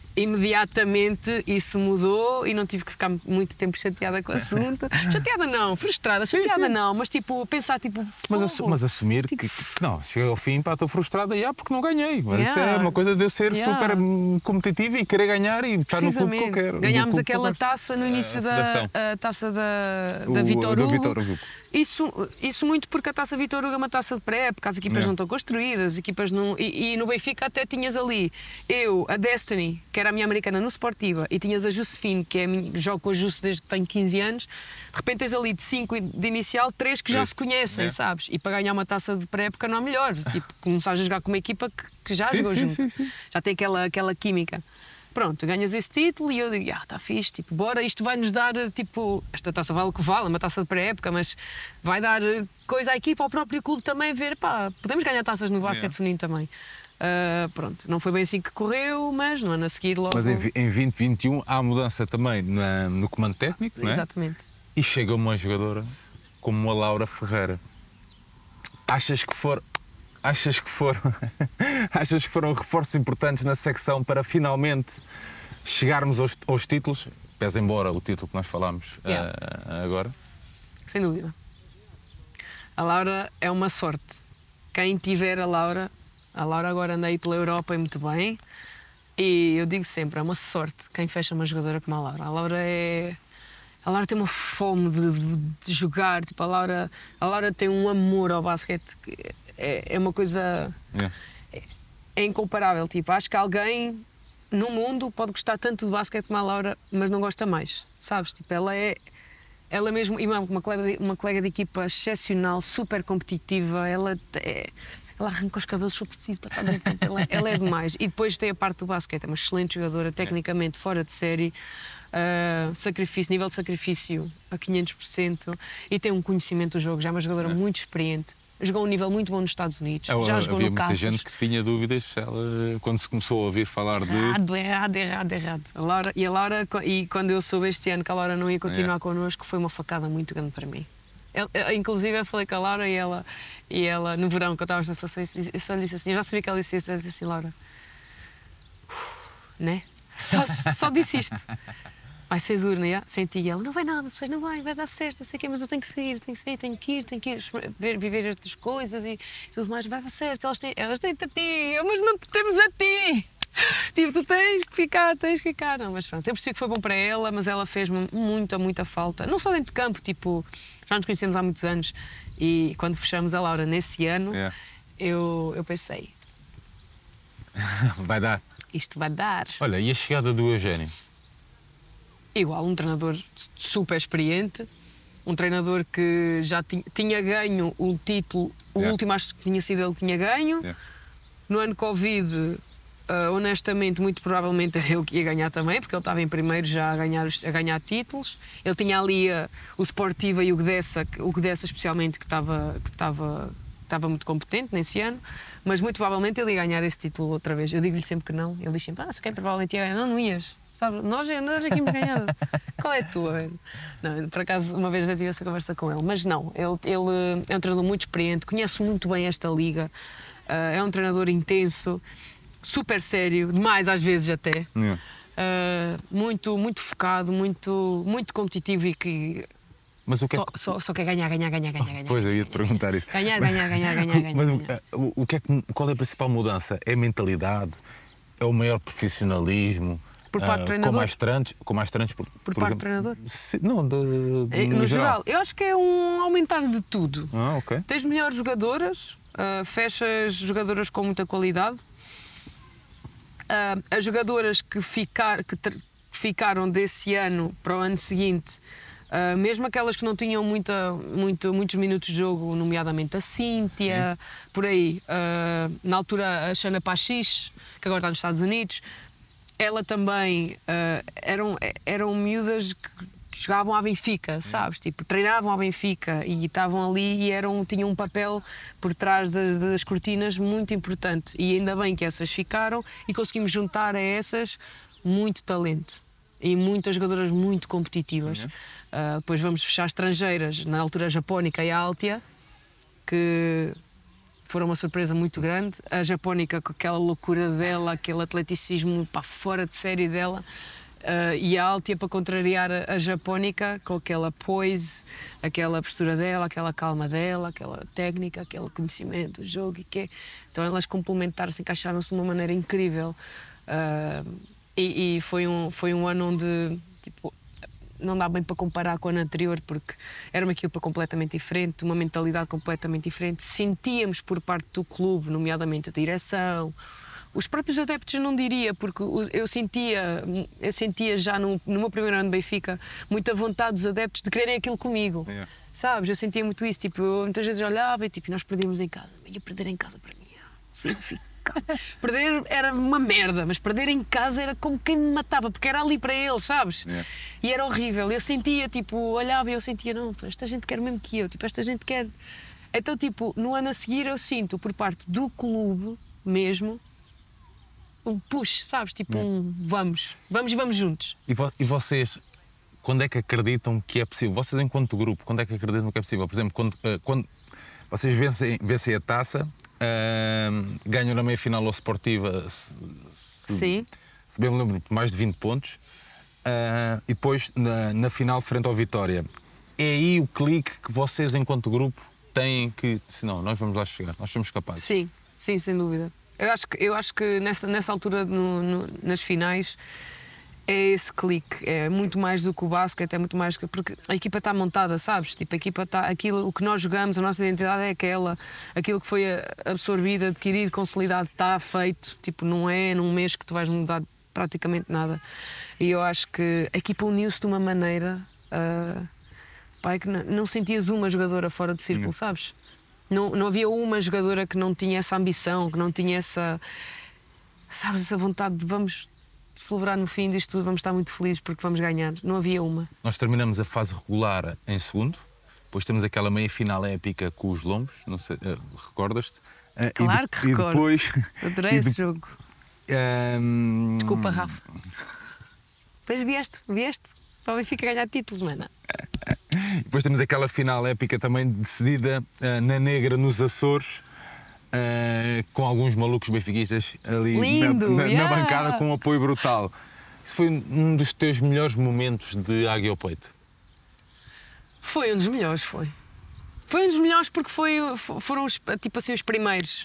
imediatamente isso mudou e não tive que ficar muito tempo chateada com o assunto. Chateada não, frustrada, sim, chateada sim. não, mas tipo, pensar tipo... Mas, ass mas assumir tipo, que, que não, cheguei ao fim, pá, estou frustrada já porque não ganhei. Mas yeah. isso é uma coisa de eu ser yeah. super competitivo e querer ganhar e estar no clube que eu quero. Ganhámos aquela taça no início da a taça da, da Vitor Hugo. Vitor Hugo. Isso, isso muito porque a taça Vitor Hugo é uma taça de pré-época, as equipas yeah. não estão construídas, as equipas não... E, e no Benfica até tinhas ali eu, a Destiny, que era a minha americana no Sportiva, e tinhas a Josefine, que é a minha, jogo com a Jus desde que tenho quinze anos, de repente tens ali de cinco de inicial, três que já se conhecem, yeah. sabes? E para ganhar uma taça de pré-época não há melhor. Tipo, começares a jogar com uma equipa que, que já sim, jogou sim, junto. Sim, sim. Já tem aquela, aquela química. Pronto, ganhas esse título e eu digo, ah, está fixe, tipo, bora, isto vai-nos dar, tipo, esta taça vale o que vale, é uma taça de pré-época, mas vai dar coisa à equipa, ao próprio clube também ver, pá, podemos ganhar taças no basquete yeah. feminino também. Uh, pronto, não foi bem assim que correu, mas no ano a seguir logo... Mas em, em vinte e vinte e um há mudança também na, no comando técnico, não é? Exatamente. E chega uma jogadora como a Laura Ferreira. Achas que for... Achas que foram, achas que foram reforços importantes na secção para finalmente chegarmos aos, aos títulos? Pese embora o título que nós falámos yeah. uh, agora. Sem dúvida. A Laura é uma sorte. Quem tiver a Laura, a Laura agora anda aí pela Europa e muito bem. E eu digo sempre, é uma sorte quem fecha uma jogadora como a Laura. A Laura é... A Laura tem uma fome de, de, de jogar. Tipo, a Laura, a Laura tem um amor ao basquete que é, é uma coisa... Yeah. É, é incomparável. Tipo, acho que alguém no mundo pode gostar tanto de basquete como a Laura, mas não gosta mais, sabes? Tipo, ela é... Ela mesmo... E uma colega de, uma colega de equipa excepcional, super competitiva. Ela é... Ela arranca os cabelos se for preciso para estar no campo. Ela, ela é demais. E depois tem a parte do basquete. É uma excelente jogadora, tecnicamente fora de série. Uh, sacrifício, nível de sacrifício a quinhentos por cento. E tem um conhecimento do jogo. Já é uma jogadora é. muito experiente. Jogou um nível muito bom nos Estados Unidos. É, já jogou havia no muita Caças. gente que tinha dúvidas ela, quando se começou a ouvir falar de... Errado, errado, errado, errado. A Laura, e a Laura, e quando eu soube este ano que a Laura não ia continuar é. connosco, foi uma facada muito grande para mim. Eu, eu, inclusive eu falei com a Laura e ela, e ela no verão, que eu estava na situação, eu só lhe disse assim, eu já sabia que ela disse isso, eu disse assim, Laura, né? Só, só disse isto. Vai ser duro, não é? Senti ela, não vai nada, não vai, vai dar certo, não sei o quê, mas eu tenho que sair, tenho que sair, tenho que ir, tenho que ir ver, viver estas coisas e tudo mais, vai dar certo, elas têm, elas têm-te a ti, mas não te temos a ti. Tipo, tu tens que ficar, tens que ficar. Não, mas pronto, eu percebi que foi bom para ela, mas ela fez-me muita, muita falta. Não só dentro de campo, tipo, já nos conhecemos há muitos anos e quando fechamos a Laura nesse ano, yeah. eu, eu pensei... Vai dar. Isto vai dar. Olha, e a chegada do Eugénio? Igual, um treinador super experiente, um treinador que já tinha, tinha ganho o título, o yeah. último acho que tinha sido ele que tinha ganho. Yeah. No ano Covid, uh, honestamente, muito provavelmente era ele que ia ganhar também, porque ele estava em primeiro já a ganhar, a ganhar títulos. Ele tinha ali uh, o Sportiva e o Gdessa, o Gdessa especialmente, que estava, que estava, estava muito competente nesse ano. Mas muito provavelmente ele ia ganhar esse título outra vez. Eu digo-lhe sempre que não. Ele diz sempre, ah, se quem provavelmente ia ganhar. Não, não ias. Sabe? Nós, nós é que íamos ganhar. Qual é a tua? Não, por acaso, uma vez já tive essa conversa com ele. Mas não, ele, ele é um treinador muito experiente, conhece muito bem esta liga. Uh, é um treinador intenso, super sério, demais às vezes até. Yeah. Uh, muito, muito focado, muito, muito competitivo e que... Mas o que é que... só, só, só quer ganhar, ganhar, ganhar, ganhar, ganhar. Pois, eu ia te perguntar isso. Ganhar, mas, ganhar, ganhar, ganhar, ganhar. Mas ganhar. O, o que é que, qual é a principal mudança? É a mentalidade? É o maior profissionalismo? Por parte do uh, treinador? Com mais treinos? Com mais treinos por, por, por parte exemplo, do treinador? Se, não, de, de, no, no geral. geral. Eu acho que é um aumentar de tudo. Ah, ok. Tens melhores jogadoras, uh, fechas jogadoras com muita qualidade. Uh, as jogadoras que, ficar, que, que ficaram desse ano para o ano seguinte... Uh, mesmo aquelas que não tinham muita, muito, muitos minutos de jogo, nomeadamente a Cíntia, sim. por aí, uh, na altura a Xana Pachis, que agora está nos Estados Unidos, ela também uh, eram, eram miúdas que, que jogavam à Benfica, sabes? Tipo, treinavam à Benfica e estavam ali e eram, tinham um papel por trás das, das cortinas muito importante. E ainda bem que essas ficaram e conseguimos juntar a essas muito talento. E muitas jogadoras muito competitivas. Uhum. Uh, depois vamos fechar estrangeiras, na altura a Japónica e a Altia, que foram uma surpresa muito grande. A Japónica, com aquela loucura dela, aquele atleticismo para fora de série dela. Uh, e a Altia, para contrariar a, a Japónica, com aquela poise, aquela postura dela, aquela calma dela, aquela técnica, aquele conhecimento do jogo e quê. Então elas complementaram-se, encaixaram-se de uma maneira incrível. Uh, e e foi, um, foi um ano onde tipo, não dá bem para comparar com o ano anterior, porque era uma equipa completamente diferente, uma mentalidade completamente diferente. Sentíamos por parte do clube, nomeadamente a direção, os próprios adeptos não diria, porque eu sentia, eu sentia já no, no meu primeiro ano de Benfica muita vontade dos adeptos de quererem aquilo comigo, yeah. Sabes? Eu sentia muito isso, tipo, eu muitas vezes olhava e tipo, nós perdíamos em casa, ia perder em casa para mim, fica. Perder era uma merda, mas perder em casa era como quem me matava, porque era ali para eles, sabes? Yeah. E era horrível, eu sentia, tipo, olhava e eu sentia, não, esta gente quer mesmo que eu, tipo, esta gente quer... Então, tipo, no ano a seguir eu sinto, por parte do clube mesmo, um push, sabes? Tipo um vamos, vamos e vamos juntos. E, vo e vocês, quando é que acreditam que é possível? Vocês, enquanto grupo, quando é que acreditam que é possível? Por exemplo, quando, uh, quando vocês vencem, vencem a taça, uh, ganham na meia-final ao Sportiva, se, Sim. se bem me lembro, mais de vinte pontos, uh, e depois na, na final frente ao Vitória. É aí o clique que vocês, enquanto grupo, têm que... Senão, nós vamos lá chegar, nós somos capazes. Sim, sim, sem dúvida. Eu acho que, eu acho que nessa, nessa altura, no, no, nas finais, é esse clique. É muito mais do que o basquete, é muito mais que... Porque a equipa está montada, sabes? Tipo, a equipa está... Aquilo, o que nós jogamos, a nossa identidade é aquela. Aquilo que foi absorvido, adquirido, consolidado, está feito. Tipo, não é num mês que tu vais mudar praticamente nada. E eu acho que a equipa uniu-se de uma maneira... Uh, pai, que não, não sentias uma jogadora fora do círculo, sabes? Não, não havia uma jogadora que não tinha essa ambição, que não tinha essa, sabes, essa vontade de vamos celebrar no fim disto tudo, vamos estar muito felizes porque vamos ganhar. Não havia uma. Nós terminamos a fase regular em segundo, depois temos aquela meia-final épica com os lombos, não sei, uh, recordas-te? Uh, claro e que recordo. E depois... Adorei esse de... jogo. Um... Desculpa, Rafa. Depois vieste, vieste para o Benfica ganhar títulos, mano. Depois temos aquela final épica também decidida uh, na Negra, nos Açores, uh, com alguns malucos benfiquistas ali Lindo, na, na, yeah. na bancada, com um apoio brutal. Isso foi um dos teus melhores momentos de Águia ao Peito? Foi um dos melhores, foi. Foi um dos melhores porque foi, foram os, tipo assim, os primeiros.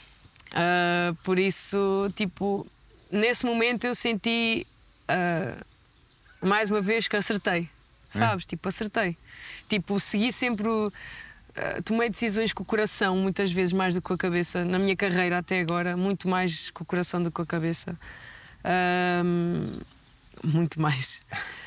Uh, por isso, tipo, nesse momento eu senti uh, mais uma vez que acertei. Sabes? É. Tipo, acertei. Tipo, segui sempre... Uh, tomei decisões com o coração, muitas vezes mais do que com a cabeça. Na minha carreira até agora, muito mais com o coração do que com a cabeça. Um, muito mais.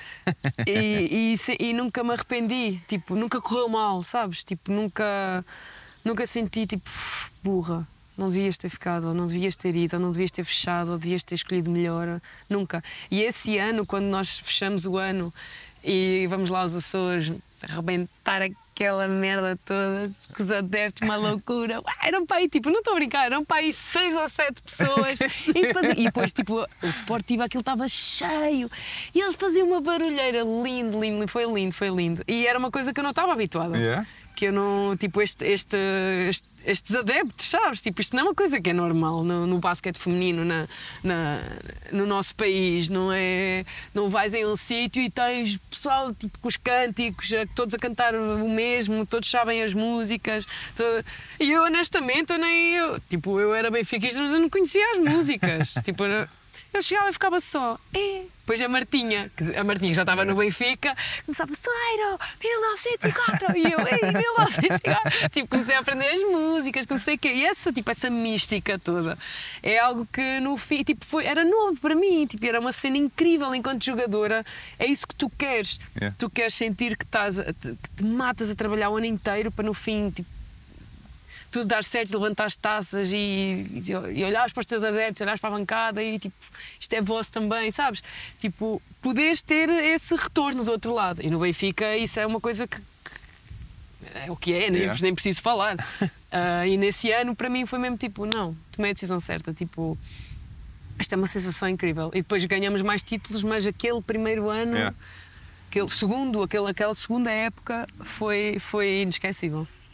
e, e, e nunca me arrependi. Tipo, nunca correu mal, sabes? Tipo, nunca... Nunca senti, tipo, burra. Não devias ter ficado, ou não devias ter ido, ou não devias ter fechado, ou devias ter escolhido melhor. Nunca. E esse ano, quando nós fechamos o ano... E vamos lá aos Açores, arrebentar aquela merda toda, com os adeptos, uma loucura. Eram para aí, tipo, não estou a brincar, eram para aí seis ou sete pessoas. e, depois, e depois, tipo, o Sportivo, aquilo estava cheio. E eles faziam uma barulheira, lindo, lindo, foi lindo, foi lindo. E era uma coisa que eu não estava habituada. Yeah. Que eu não, tipo, este, este, este, estes adeptos, sabes? Tipo, isto não é uma coisa que é normal no, no basquete feminino, na, na, no nosso país, não é? Não vais em um sítio e tens pessoal, tipo, com os cânticos, todos a cantar o mesmo, todos sabem as músicas. Todo... E eu, honestamente, eu nem. Eu, tipo, eu era benfiquista, mas eu não conhecia as músicas. Tipo, eu chegava e ficava só. É. Depois a Martinha, que a Martinha já estava no Benfica, começava Celeiro, mil novecentos e quatro, e eu, ei, mil novecentos e quatro. Tipo, comecei a aprender as músicas, comecei a... E essa, tipo, essa mística toda é algo que no fim, tipo, foi, era novo para mim, tipo, era uma cena incrível enquanto jogadora. É isso que tu queres. Yeah. Tu queres sentir que, estás a, que te matas a trabalhar o ano inteiro para no fim, tipo, tudo dar certo, levantar as taças e, e olhares para os teus adeptos, olhares para a bancada e tipo, isto é vosso também, sabes? Tipo, poderes ter esse retorno do outro lado. E no Benfica isso é uma coisa que, que é o que é, nem, yeah. nem preciso falar. uh, e nesse ano, para mim, foi mesmo tipo, não, tomei a decisão certa, tipo, isto é uma sensação incrível. E depois ganhamos mais títulos, mas aquele primeiro ano, yeah. aquele segundo, aquele, aquela segunda época foi, foi inesquecível.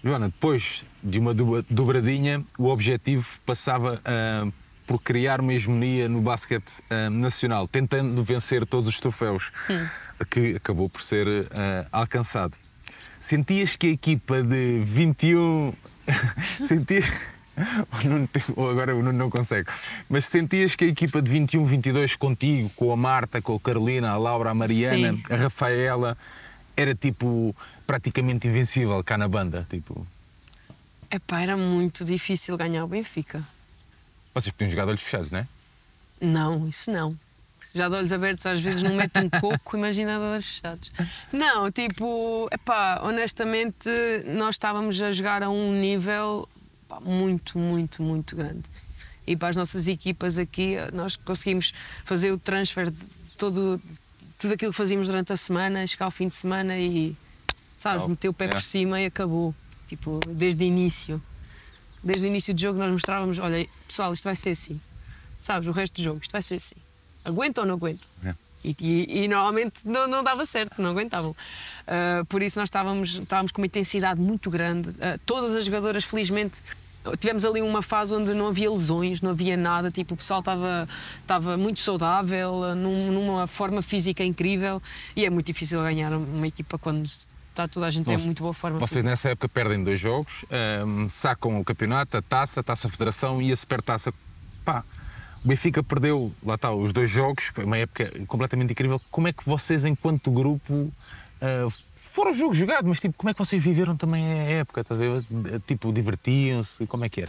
Joana, depois de uma dobradinha, o objetivo passava uh, por criar uma hegemonia no basquete uh, nacional, tentando vencer todos os troféus, hum. que acabou por ser uh, alcançado. Sentias que a equipa de vinte e um... Sentias... Ou agora o Nuno não consegue. Mas sentias que a equipa de vinte e um, vinte e dois contigo, com a Marta, com a Carolina, a Laura, a Mariana, Sim. a Rafaela, era tipo praticamente invencível cá na banda? Tipo... Epá, era muito difícil ganhar o Benfica. Vocês podiam jogar de olhos fechados, não é? Não, isso não. Já de olhos abertos às vezes não mete um coco, imagina de olhos fechados. Não, tipo, epá, honestamente nós estávamos a jogar a um nível epá, muito, muito, muito grande. E para as nossas equipas aqui nós conseguimos fazer o transfer de todo, tudo aquilo que fazíamos durante a semana, chegar ao fim de semana e, sabes, oh, meter o pé é. por cima e acabou. Tipo, desde o início. Desde o início do jogo nós mostrávamos, olha, pessoal, isto vai ser assim. Sabes, o resto do jogo, isto vai ser assim. Aguenta ou não aguenta? É. E, e, e normalmente não, não dava certo, não aguentavam. Uh, por isso nós estávamos, estávamos com uma intensidade muito grande. Uh, todas as jogadoras, felizmente, tivemos ali uma fase onde não havia lesões, não havia nada. Tipo, o pessoal estava, estava muito saudável, num, numa forma física incrível. E é muito difícil ganhar uma equipa quando está toda a gente em muito boa forma. Vocês física. Nessa época perdem dois jogos, um, sacam o campeonato, a taça, a taça federação e a supertaça. Pá! O Benfica perdeu, lá está, os dois jogos, foi uma época completamente incrível. Como é que vocês, enquanto grupo, uh, foram o jogo jogado, mas tipo, como é que vocês viveram também a época? Tá a ver? Tipo, divertiam-se? Como é que era?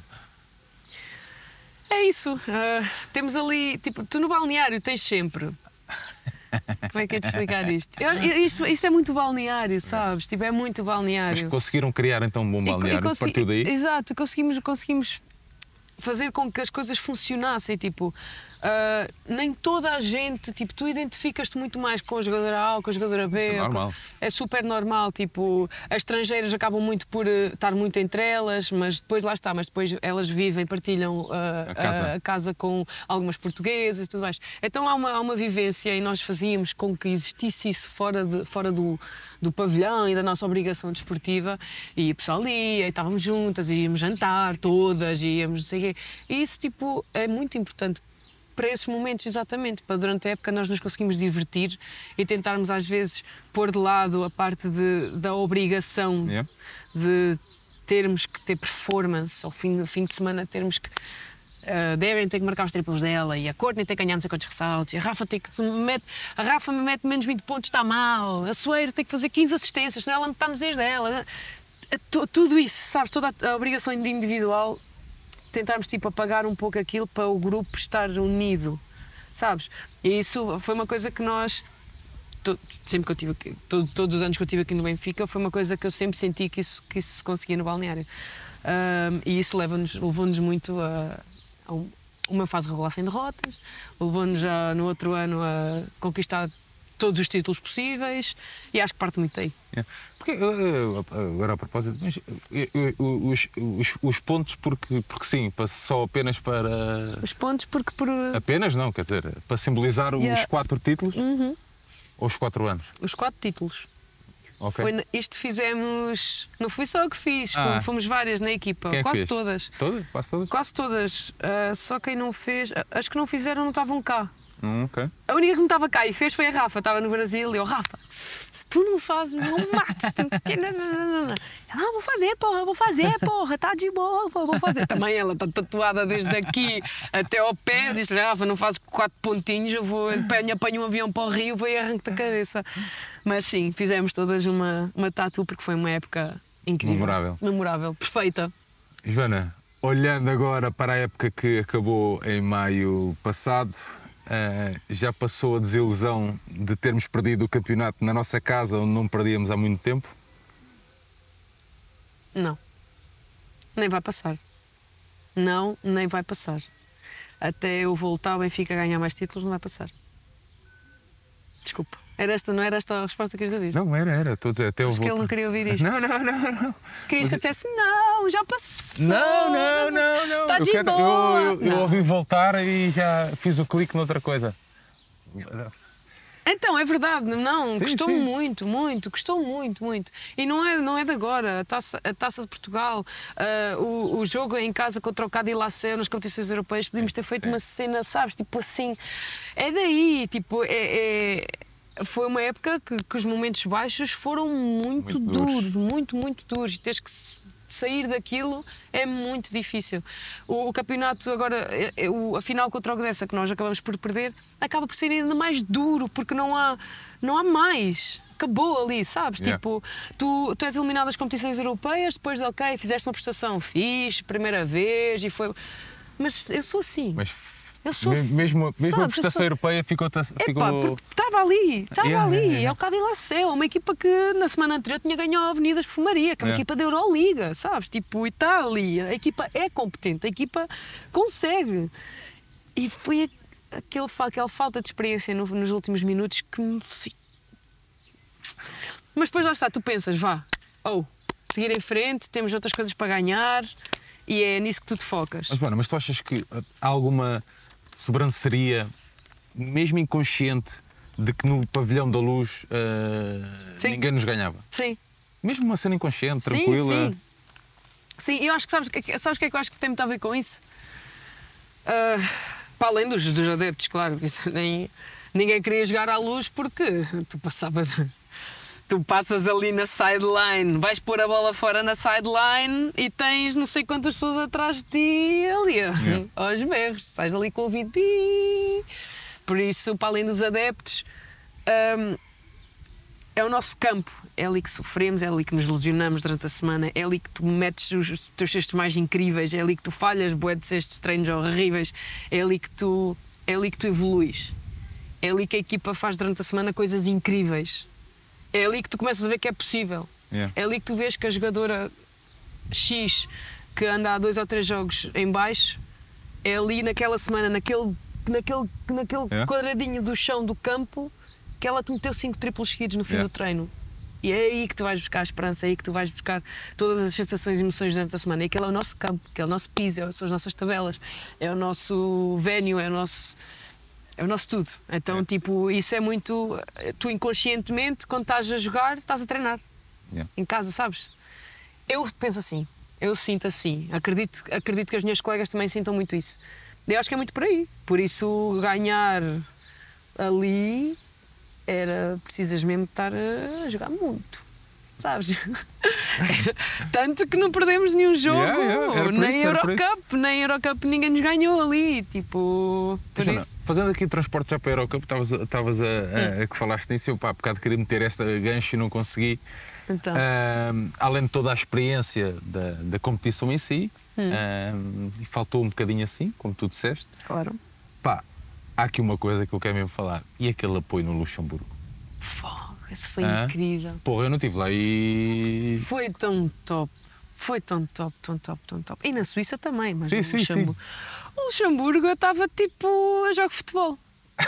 É isso. Uh, temos ali, tipo, tu no balneário tens sempre. Como é que é de explicar isto? Eu, isto? Isto é muito balneário, sabes? Tipo, é muito balneário. Mas conseguiram criar então um bom balneário, a partir daí? Exato, conseguimos, conseguimos fazer com que as coisas funcionassem, tipo, uh, nem toda a gente, tipo, tu identificas-te muito mais com a jogadora A ou com a jogadora B. Isso é normal. Com, é super normal, tipo, as estrangeiras acabam muito por uh, estar muito entre elas, mas depois lá está, mas depois elas vivem, partilham uh, a, casa. A, a casa com algumas portuguesas e tudo mais. Então há uma, há uma vivência e nós fazíamos com que existisse isso fora, de, fora do, do pavilhão e da nossa obrigação desportiva, e o pessoal ia, e estávamos juntas, íamos jantar todas, íamos não sei o quê. E isso, tipo, é muito importante para esses momentos, exatamente, para durante a época nós nos conseguimos divertir e tentarmos às vezes pôr de lado a parte de, da obrigação yeah. de termos que ter performance, ao fim, ao fim de semana termos que a Darren tem que marcar os triplos dela e a Courtney tem que ganhar não sei quantos ressaltos e a Rafa tem que mete, a Rafa me mete menos vinte pontos, está mal, a Soeira tem que fazer quinze assistências, senão ela não está nos dias dela. Tudo isso, sabes, toda a obrigação individual, tentarmos tipo apagar um pouco aquilo para o grupo estar unido, sabes? E isso foi uma coisa que nós, to, sempre que eu tive aqui, to, todos os anos que eu tive aqui no Benfica, foi uma coisa que eu sempre senti que isso, que isso se conseguia no balneário. Um, e isso leva-nos, levou-nos muito a, a uma fase regular sem derrotas, levou-nos no outro ano a conquistar todos os títulos possíveis e acho que parte muito daí. É. Porque, agora a propósito, mas, os, os, os pontos porque, porque sim, só apenas para... Os pontos porque por... Apenas não, quer dizer, para simbolizar yeah. os quatro títulos uhum. ou os quatro anos? Os quatro títulos. Okay. Foi, isto fizemos, não fui só eu que fiz, ah. fomos várias na equipa, quem é quase fez? todas. Todas? Quase todas? Quase todas, uh, só quem não fez, as que não fizeram não estavam cá. Hum, okay. A única que não estava cá e fez foi a Rafa, estava no Brasil e eu, Rafa, se tu não fazes, não mato. Não, não, não, não. Ela, vou fazer, porra, vou fazer, porra, está de boa, porra, vou fazer. Também ela está tatuada desde aqui até ao pé, disse, Rafa, não faz quatro pontinhos, eu vou, apanho, apanho um avião para o Rio, vou e arranco-te a cabeça. Mas sim, fizemos todas uma, uma tatu porque foi uma época incrível. Memorável. Memorável, perfeita. Joana, olhando agora para a época que acabou em maio passado, Uh, já passou a desilusão de termos perdido o campeonato na nossa casa, onde não perdíamos há muito tempo? Não. Nem vai passar. Não, nem vai passar. Até eu voltar ao Benfica a ganhar mais títulos, não vai passar. Desculpa. Era esta, não era esta a resposta que querias ouvir? Não, era, era. Estou a dizer, até eu Acho voltar. que ele não queria ouvir isto. Não, não, não, não. Querias que eu dissesse, não, já passou. Não, não, não, não. Está de quero, boa. Eu, eu, eu ouvi voltar e já fiz o clique noutra coisa. Então, é verdade, não, Sim, custou sim. muito, muito, custou muito, muito. E não é, não é de agora, a Taça, a taça de Portugal, uh, o, o jogo em casa contra o Cádiz Laceu nas competições europeias, podíamos ter feito Sim. uma cena, sabes, tipo assim, é daí, tipo, é... é foi uma época que, que os momentos baixos foram muito, Muito duros, duros. muito, muito duros. E teres que sair daquilo é muito difícil. O, o campeonato agora, é, é, o, a final contra o Gdessa, que nós acabamos por perder, acaba por ser ainda mais duro, porque não há, não há mais. Acabou ali, sabes? Yeah. Tipo, tu, tu és eliminado das competições europeias, depois, ok, fizeste uma prestação fixe, primeira vez, e foi... Mas eu sou assim. Mas Eu sou me- assim, mesmo, mesmo sabes, a prestação eu sou- europeia ficou. ficou... Epá, porque estava ali, estava Yeah, ali. yeah, yeah. É o Cádiz Laceu, uma equipa que na semana anterior tinha ganho a Avenida de Perfumaria, que é uma Yeah. equipa da Euroliga, sabes? Tipo, e está ali. A equipa é competente, a equipa consegue. E foi aquele, aquela falta de experiência no- nos últimos minutos que me. fi- Mas depois lá está, tu pensas, vá, ou seguir em frente, temos outras coisas para ganhar e é nisso que tu te focas. Mas, Joana, mas tu achas que há alguma sobranceria, mesmo inconsciente, de que no pavilhão da Luz uh, Sim. ninguém nos ganhava? Sim. Mesmo uma cena inconsciente, tranquila. Sim, sim. Sim, eu acho que sabes, sabes o que é que eu acho que tem muito a ver com isso? Ah, para além dos, dos adeptos, claro, isso nem, ninguém queria jogar à Luz porque tu passavas. Tu passas ali na sideline, vais pôr a bola fora na sideline e tens não sei quantas pessoas atrás de ti ali, Yeah. aos berros, sais ali com o ouvido. Pi. Por isso, para além dos adeptos, hum, é o nosso campo, é ali que sofremos, é ali que nos lesionamos durante a semana, é ali que tu metes os, os teus cestos mais incríveis, é ali que tu falhas bué de cestos, treinos horríveis, é ali que tu, é ali que tu evoluís, é ali que a equipa faz durante a semana coisas incríveis. É ali que tu começas a ver que é possível. Yeah. É ali que tu vês que a jogadora X, que anda há dois ou três jogos em baixo, é ali naquela semana, naquele, naquele, naquele Yeah. quadradinho do chão do campo, que ela te meteu cinco triplos seguidos no fim Yeah. do treino. E é aí que tu vais buscar a esperança, é aí que tu vais buscar todas as sensações e emoções durante a semana. E aquele é o nosso campo, que é o nosso piso, são as nossas tabelas, é o nosso venue, é o nosso... É o nosso tudo. Então, É. tipo, isso é muito... Tu inconscientemente, quando estás a jogar, estás a treinar. Yeah. Em casa, sabes? Eu penso assim. Eu sinto assim. Acredito, acredito que as minhas colegas também sintam muito isso. Eu acho que é muito por aí. Por isso, ganhar ali era... Precisas mesmo estar a jogar muito. Sabes? Tanto que não perdemos nenhum jogo. Yeah, yeah, era por Nem isso, era por Eurocup, nem Eurocup ninguém nos ganhou ali. Tipo... Por Joana, isso... fazendo aqui o transporte já para a Eurocup, estavas a, estavas a, a, a que falaste nisso, eu pá, há bocado queria meter esta gancho e não consegui. Então. Ahm, além de toda a experiência da, da competição em si, ahm, e faltou um bocadinho assim, como tu disseste, Claro. pá, há aqui uma coisa que eu quero mesmo falar, e aquele apoio no Luxemburgo. Fogo, isso foi Hã? incrível. Porra, eu não estive lá e... Foi tão top. Foi tão top, tão top, tão top. E na Suíça também, mas Sim, o sim, Luxemburgo. O Luxemburgo eu estava tipo a jogar futebol.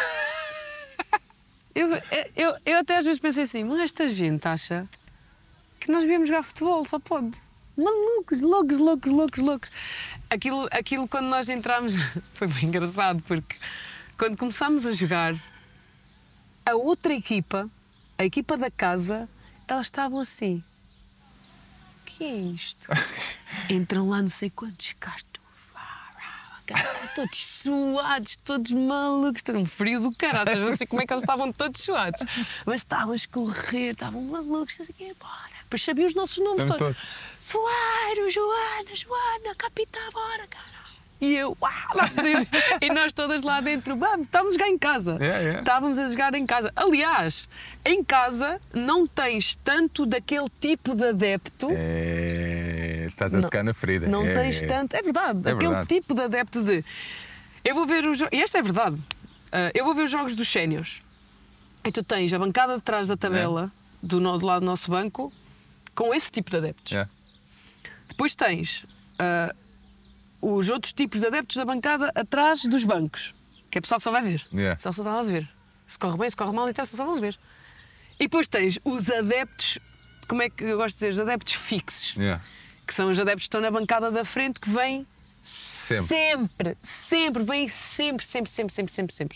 eu, eu, eu até às vezes pensei assim, mas esta gente acha que nós viemos jogar futebol, só pode. Malucos, loucos, loucos, loucos, loucos. Aquilo, aquilo quando nós entramos foi bem engraçado, porque quando começámos a jogar, a outra equipa, a equipa da casa, elas estavam assim. O que é isto? Entram lá não sei quantos castos. Todos suados, todos malucos, um frio do caralho, não sei como é que eles estavam todos suados. Mas estavam a escorrer, estavam malucos, não sei o quê, bora. Depois sabiam os nossos nomes Estamos todos. todos. Soares, Joana, Joana, capitã, bora, cara. E eu, uau, lá dentro. E nós todas lá dentro, vamos, estávamos a jogar em casa. Yeah, yeah. Estávamos a jogar em casa. Aliás, em casa não tens tanto daquele tipo de adepto. É... Estás a Não- tocar na ferida. Não É, tens é. tanto. É verdade, É aquele verdade. tipo de adepto de. Eu vou ver os jogos. E esta é verdade. Ah, eu vou ver os jogos dos séniores. E tu tens a bancada de trás da tabela, do, no- do lado do nosso banco, com esse tipo de adeptos. Yeah. Depois tens ah, os outros tipos de adeptos da bancada atrás dos bancos, que é pessoal que só vai ver. Yeah. Pessoal que só vai ver. Se corre bem, se corre mal, interessa, só vão ver. E depois tens os adeptos, como é que eu gosto de dizer, os adeptos fixos. Yeah. Que são os adeptos que estão na bancada da frente, que vêm Sempre. sempre, sempre, vêm sempre, sempre, sempre, sempre, sempre, sempre.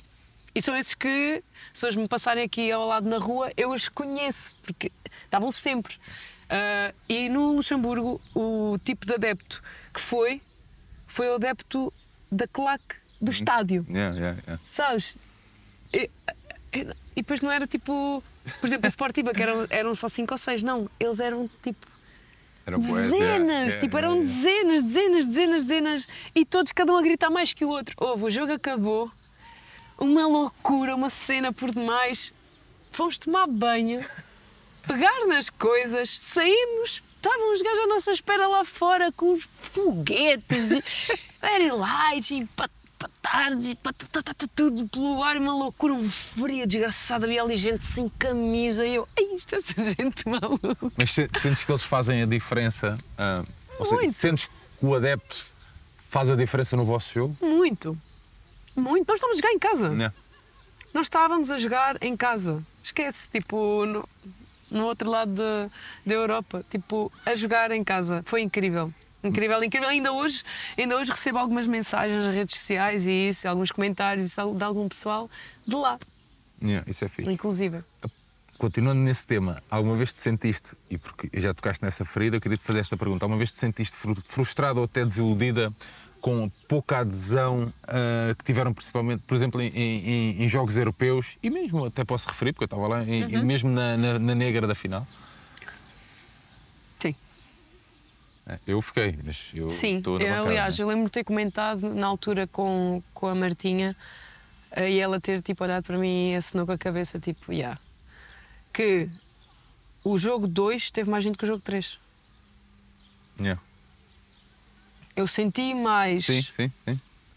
E são esses que, se eles me passarem aqui ao lado na rua, eu os conheço, porque estavam sempre. Uh, e no Luxemburgo, o tipo de adepto que foi, foi o adepto da claque do Uhum. estádio. Yeah, yeah, yeah. Sabes? E, e, e depois não era tipo... Por exemplo, a Sportiva, que eram, eram só cinco ou seis. Não, eles eram tipo... Era bué, Dezenas, yeah, yeah, tipo, yeah, eram yeah. dezenas, dezenas, dezenas, dezenas. E todos, cada um a gritar mais que o outro. Houve, o jogo acabou. Uma loucura, uma cena por demais. Fomos tomar banho, pegar nas coisas, saímos, estavam os gajos à nossa espera lá fora com os foguetes, e very lights e petardos e patatata, tudo pelo ar, uma loucura, um frio desgraçado. Havia ali gente sem camisa e eu, ai, isto é essa gente maluca. Mas se- sentes que eles fazem a diferença? ah, ou seja, Muito. sentes que o adepto faz a diferença no vosso jogo? Muito, muito. Nós estamos a jogar em casa. Não. Nós estávamos a jogar em casa. Esquece, tipo, no, no outro lado da, da Europa, tipo, a jogar em casa. Foi incrível. Incrível, incrível. Ainda hoje, ainda hoje recebo algumas mensagens nas redes sociais e isso, alguns comentários isso, de algum pessoal de lá, Yeah, isso é fixe. inclusive. Continuando nesse tema, alguma vez te sentiste, e porque já tocaste nessa ferida, eu queria te fazer esta pergunta: alguma vez te sentiste fru- frustrada ou até desiludida com a pouca adesão ah, que tiveram, principalmente, por exemplo, em, em- em jogos europeus, e mesmo até posso referir, porque eu estava lá, em- Uhum. mesmo na, na- na negra da final? Sim. É, eu fiquei, mas eu Sim, estou na eu, bancada, aliás, né? eu lembro de ter comentado na altura com, com a Martinha eh, e ela ter tipo, olhado para mim e assinou com a cabeça, tipo, yeah, que o jogo dois teve mais gente que o jogo três. Yeah. Eu senti mais. Sim, sim, sim.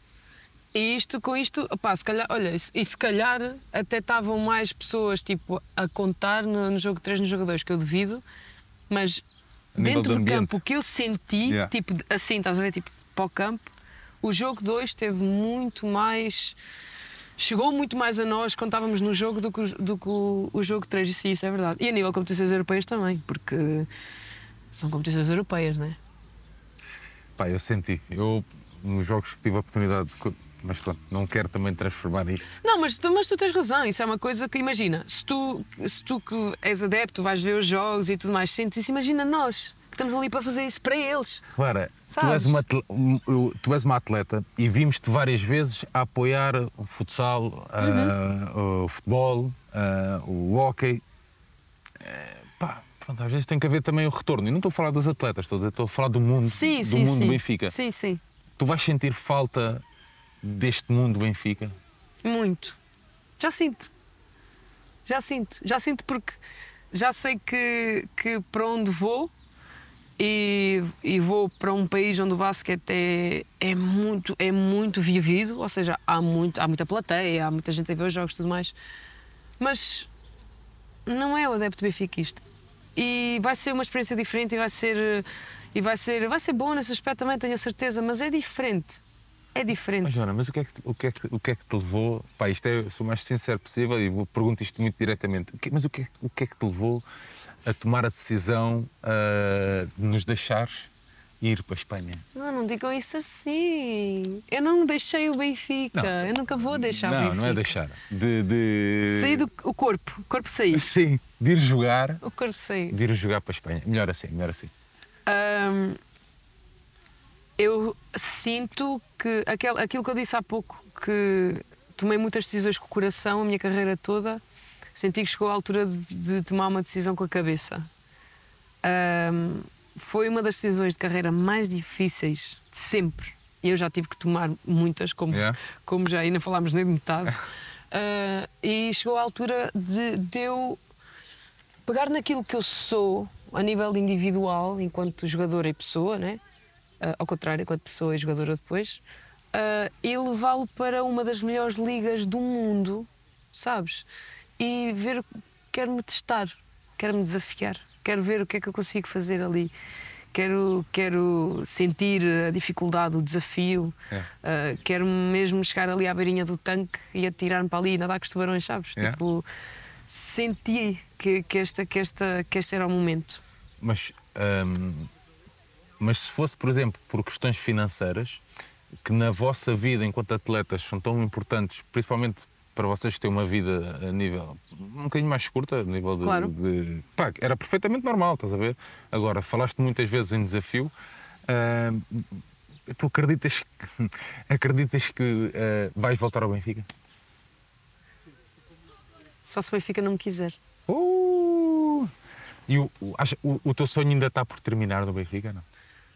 E isto, com isto, opá, se calhar, olha, e se calhar até estavam mais pessoas tipo, a contar no, no jogo três, no jogo dois, que eu devido, mas A nível dentro do do ambiente. campo, o que eu senti, Yeah. tipo assim, estás a ver, tipo para o campo, o jogo dois teve muito mais. Chegou muito mais a nós quando estávamos no jogo do que o, do que o, o jogo três, isso, isso é verdade. E a nível de competições europeias também, porque são competições europeias, não é? Pá, eu senti. Eu, nos jogos que tive a oportunidade de. co- Mas pronto, não quero também transformar isto. Não, mas tu, mas tu tens razão, isso é uma coisa que, imagina, se tu, se tu que és adepto, vais ver os jogos e tudo mais, sentes isso, imagina nós, que estamos ali para fazer isso para eles. Clara, tu Sabes? és, uma, atle- um, eu- tu és uma atleta e vimos-te várias vezes a apoiar o futsal, ah, o futebol, ah, o hóquei. Eh, pá, pronto, às vezes tem que haver também o retorno. E não estou a falar dos atletas, estou a, dizer- estou a falar do mundo, Sim, do sim, mundo sim. Benfica. Sim, sim. Tu vais sentir falta deste mundo Benfica? Muito. Já sinto. Já sinto. Já sinto porque já sei que, que para onde vou e, e vou para um país onde o basquete é, é, muito, é muito vivido, ou seja, há, muito, há muita plateia, há muita gente a ver os jogos e tudo mais, mas não é o adepto benfiquista. E vai ser uma experiência diferente e vai ser, e vai ser, vai ser bom nesse aspecto também, tenho a certeza, mas é diferente. É diferente. Mas, Joana, mas o que, é que, o, que é que, o que é que te levou? Pá, isto é, sou o mais sincero possível e vou, pergunto isto muito diretamente. O que- mas o que, é, o que é que te levou a tomar a decisão ah, de nos deixares ir para a Espanha? Não, não digam isso assim. Eu não deixei o Benfica. Não, eu nunca vou deixar o não, Benfica. não é deixar. De, de... Saí do o corpo. O corpo sair. Sim, de ir jogar, O corpo sair. de ir jogar para a Espanha. Melhor assim, melhor assim. Ahm, eu sinto que aquel, aquilo que eu disse há pouco, que tomei muitas decisões com o coração a minha carreira toda, senti que chegou a altura de, de tomar uma decisão com a cabeça. Ahm, foi uma das decisões de carreira mais difíceis de sempre. E eu já tive que tomar muitas, como, Yeah. como já ainda falámos nem de metade. Ah, e chegou a altura de, de eu pegar naquilo que eu sou a nível individual, enquanto jogadora e pessoa, né? Ah, ao contrário, enquanto pessoa e jogadora depois, ah, e levá-lo para uma das melhores ligas do mundo, sabes? E ver, quero-me testar, quero-me desafiar, quero ver o que é que eu consigo fazer ali. Quero, quero sentir a dificuldade, o desafio, É. ah, quero mesmo chegar ali à beirinha do tanque e atirar-me para ali e nadar com os tubarões, sabes? É. Tipo, senti que, que, esta, que, esta, que este era o momento. Mas, hum, mas se fosse, por exemplo, por questões financeiras, que na vossa vida enquanto atletas são tão importantes, principalmente para vocês terem uma vida a nível um bocadinho mais curta, a nível de... Claro. de pá, era perfeitamente normal, estás a ver? Agora, falaste muitas vezes em desafio. Uh, tu acreditas que, acreditas que uh, vais voltar ao Benfica? Só se o Benfica não me quiser. Uh! E o, o, acha, o, o teu sonho ainda está por terminar no Benfica, não?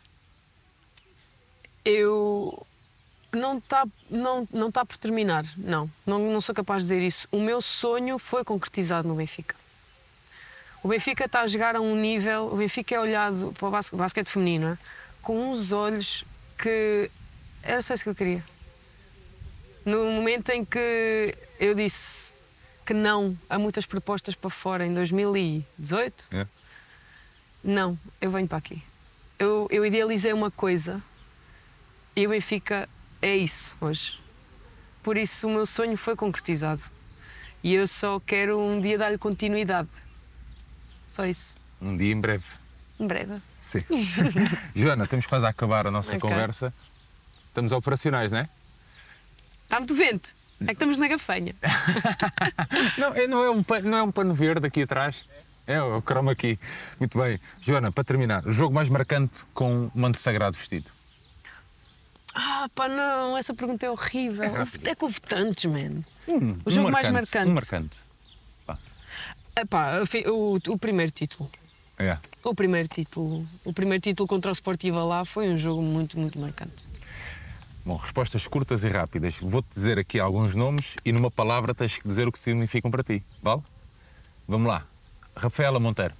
Eu... Não está não, não tá por terminar, não. não. Não sou capaz de dizer isso. O meu sonho foi concretizado no Benfica. O Benfica está a jogar a um nível... O Benfica é olhado para o basquete, basquete feminino, é? Com uns olhos que... Era só isso que eu queria. No momento em que eu disse que não a muitas propostas para fora em dois mil e dezoito, É. Não, eu venho para aqui. Eu, eu idealizei uma coisa e o Benfica é isso hoje. Por isso o meu sonho foi concretizado. E eu só quero um dia dar-lhe continuidade. Só isso. Um dia em breve. Em breve. Sim. Joana, estamos quase a acabar a nossa Ok. conversa. Estamos operacionais, não é? Está muito vento. É que estamos na gafanha. Não, é- não, é um, pa- não é um pano verde aqui atrás? É o croma aqui. Muito bem. Joana, para terminar, o jogo mais marcante com manto sagrado vestido? Ah, pá, não, essa pergunta é horrível. É, com votantes, man. Um, O jogo um mais marcante, marcante. Um marcante. Pá. Epá, o, o primeiro título. É. O primeiro título. O primeiro título contra o Sportiva lá foi um jogo muito, muito marcante. Bom, respostas curtas e rápidas. Vou-te dizer aqui alguns nomes e numa palavra tens que dizer o que significam para ti. Vale? Vamos lá. Rafaela Monteiro.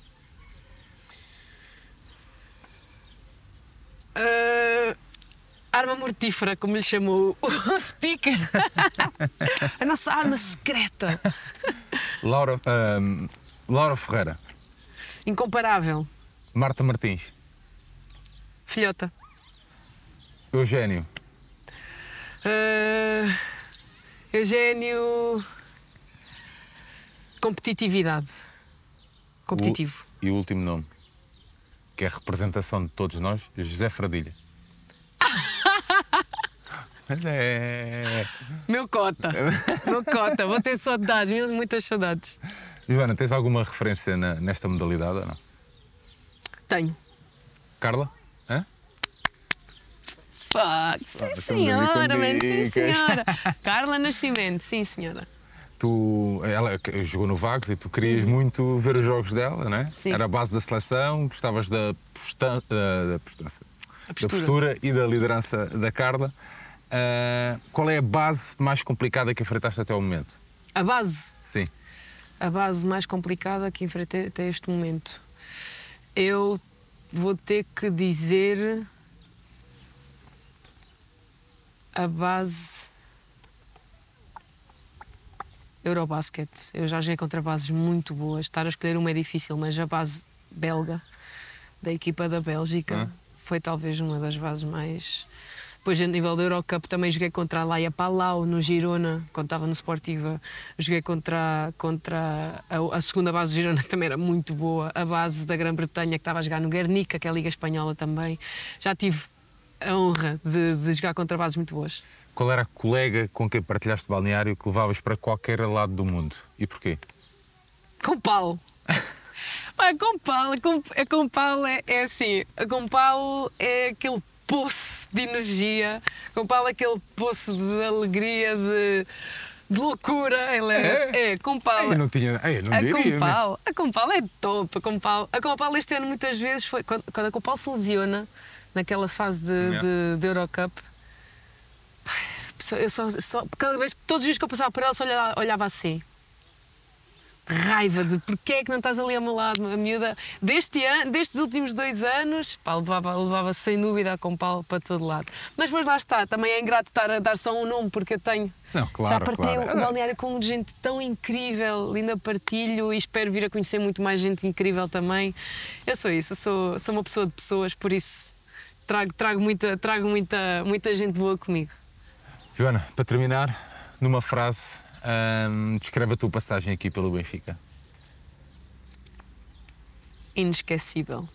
Ah, arma mortífera, como lhe chamou o speaker. A nossa arma secreta. Laura, ahm, Laura Ferreira. Incomparável. Marta Martins. Filhota. Eugénio. Ah, Eugénio. Competitividade. Competitivo. O- e o último nome, que é a representação de todos nós, José Fradilha. Mas é... Meu cota. Meu cota. Vou ter saudades, mesmo muitas saudades. Joana, tens alguma referência na- nesta modalidade ou não? Tenho. Carla? Hã? Fuck. Sim, estamos senhora, ali com man, sim, dicas. senhora. Carla Nascimento, sim, senhora. Tu, ela que jogou no Vagos e tu querias muito ver os jogos dela, não é? Sim. Era a base da seleção, gostavas da, postan- da, da postança, A da postura. postura e da liderança da Carla. Ah, qual é a base mais complicada que enfrentaste até ao momento? A base. Sim. A base mais complicada que enfrentei até este momento. Eu vou ter que dizer a base Eurobasket. Eu já joguei contra bases muito boas. Estar a escolher uma é difícil, mas a base belga, da equipa da Bélgica, Ah. foi talvez uma das bases mais... Depois, a nível da Eurocup, também joguei contra a Laia Palau, no Girona, quando estava no Sportiva. Joguei contra, contra a, a segunda base do Girona, que também era muito boa. A base da Grã-Bretanha, que estava a jogar no Guernica, que é a Liga Espanhola também. Já tive a honra de, de jogar contra bases muito boas. Qual era a colega com quem partilhaste balneário que levavas para qualquer lado do mundo? E porquê? Com Paulo. A Compal, a Com- a Compal é, é assim, a Compal é aquele poço de energia, a Compal é aquele poço de alegria, de, de loucura. Ela é, é, é Compal. Eu não tinha. Eu não A diria. né? Compal, a Compal é top. A Compal, a Compal este ano muitas vezes foi quando, quando a Compal se lesiona naquela fase de, Yeah. de, de Eurocup. Eu só, só, cada vez, todos os dias que eu passava por ela, só olhava, olhava assim. Raiva de porque é que não estás ali ao meu lado, a miúda. Deste ano, destes últimos dois anos, pá, levava, levava sem dúvida a Compal para todo lado. Mas depois lá está, também é ingrato estar a dar só um nome, porque eu tenho. Não, claro, já partilhei claro. o balneário com gente tão incrível, ainda partilho e espero vir a conhecer muito mais gente incrível também. Eu sou isso, eu sou, sou uma pessoa de pessoas, por isso trago, trago, muita, trago muita, muita gente boa comigo. Joana, para terminar, numa frase, hum, descreve a tua passagem aqui pelo Benfica. Inesquecível.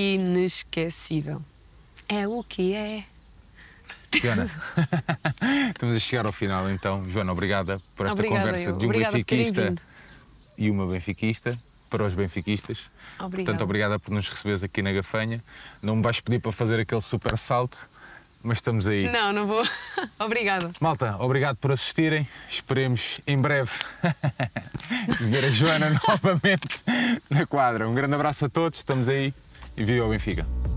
Inesquecível. É o que é. Joana, Estamos a chegar ao final, então. Joana, obrigada por esta Obrigada, conversa eu. de um Obrigada por terem benfiquista vindo. e uma benfiquista, para os benfiquistas. Obrigada. Portanto, obrigada por nos receberes aqui na Gafanha. Não me vais pedir para fazer aquele super salto, mas estamos aí. Não, não vou. Obrigada. Malta, obrigado por assistirem. Esperemos em breve ver a Joana novamente na quadra. Um grande abraço a todos, estamos aí e viva o Benfica.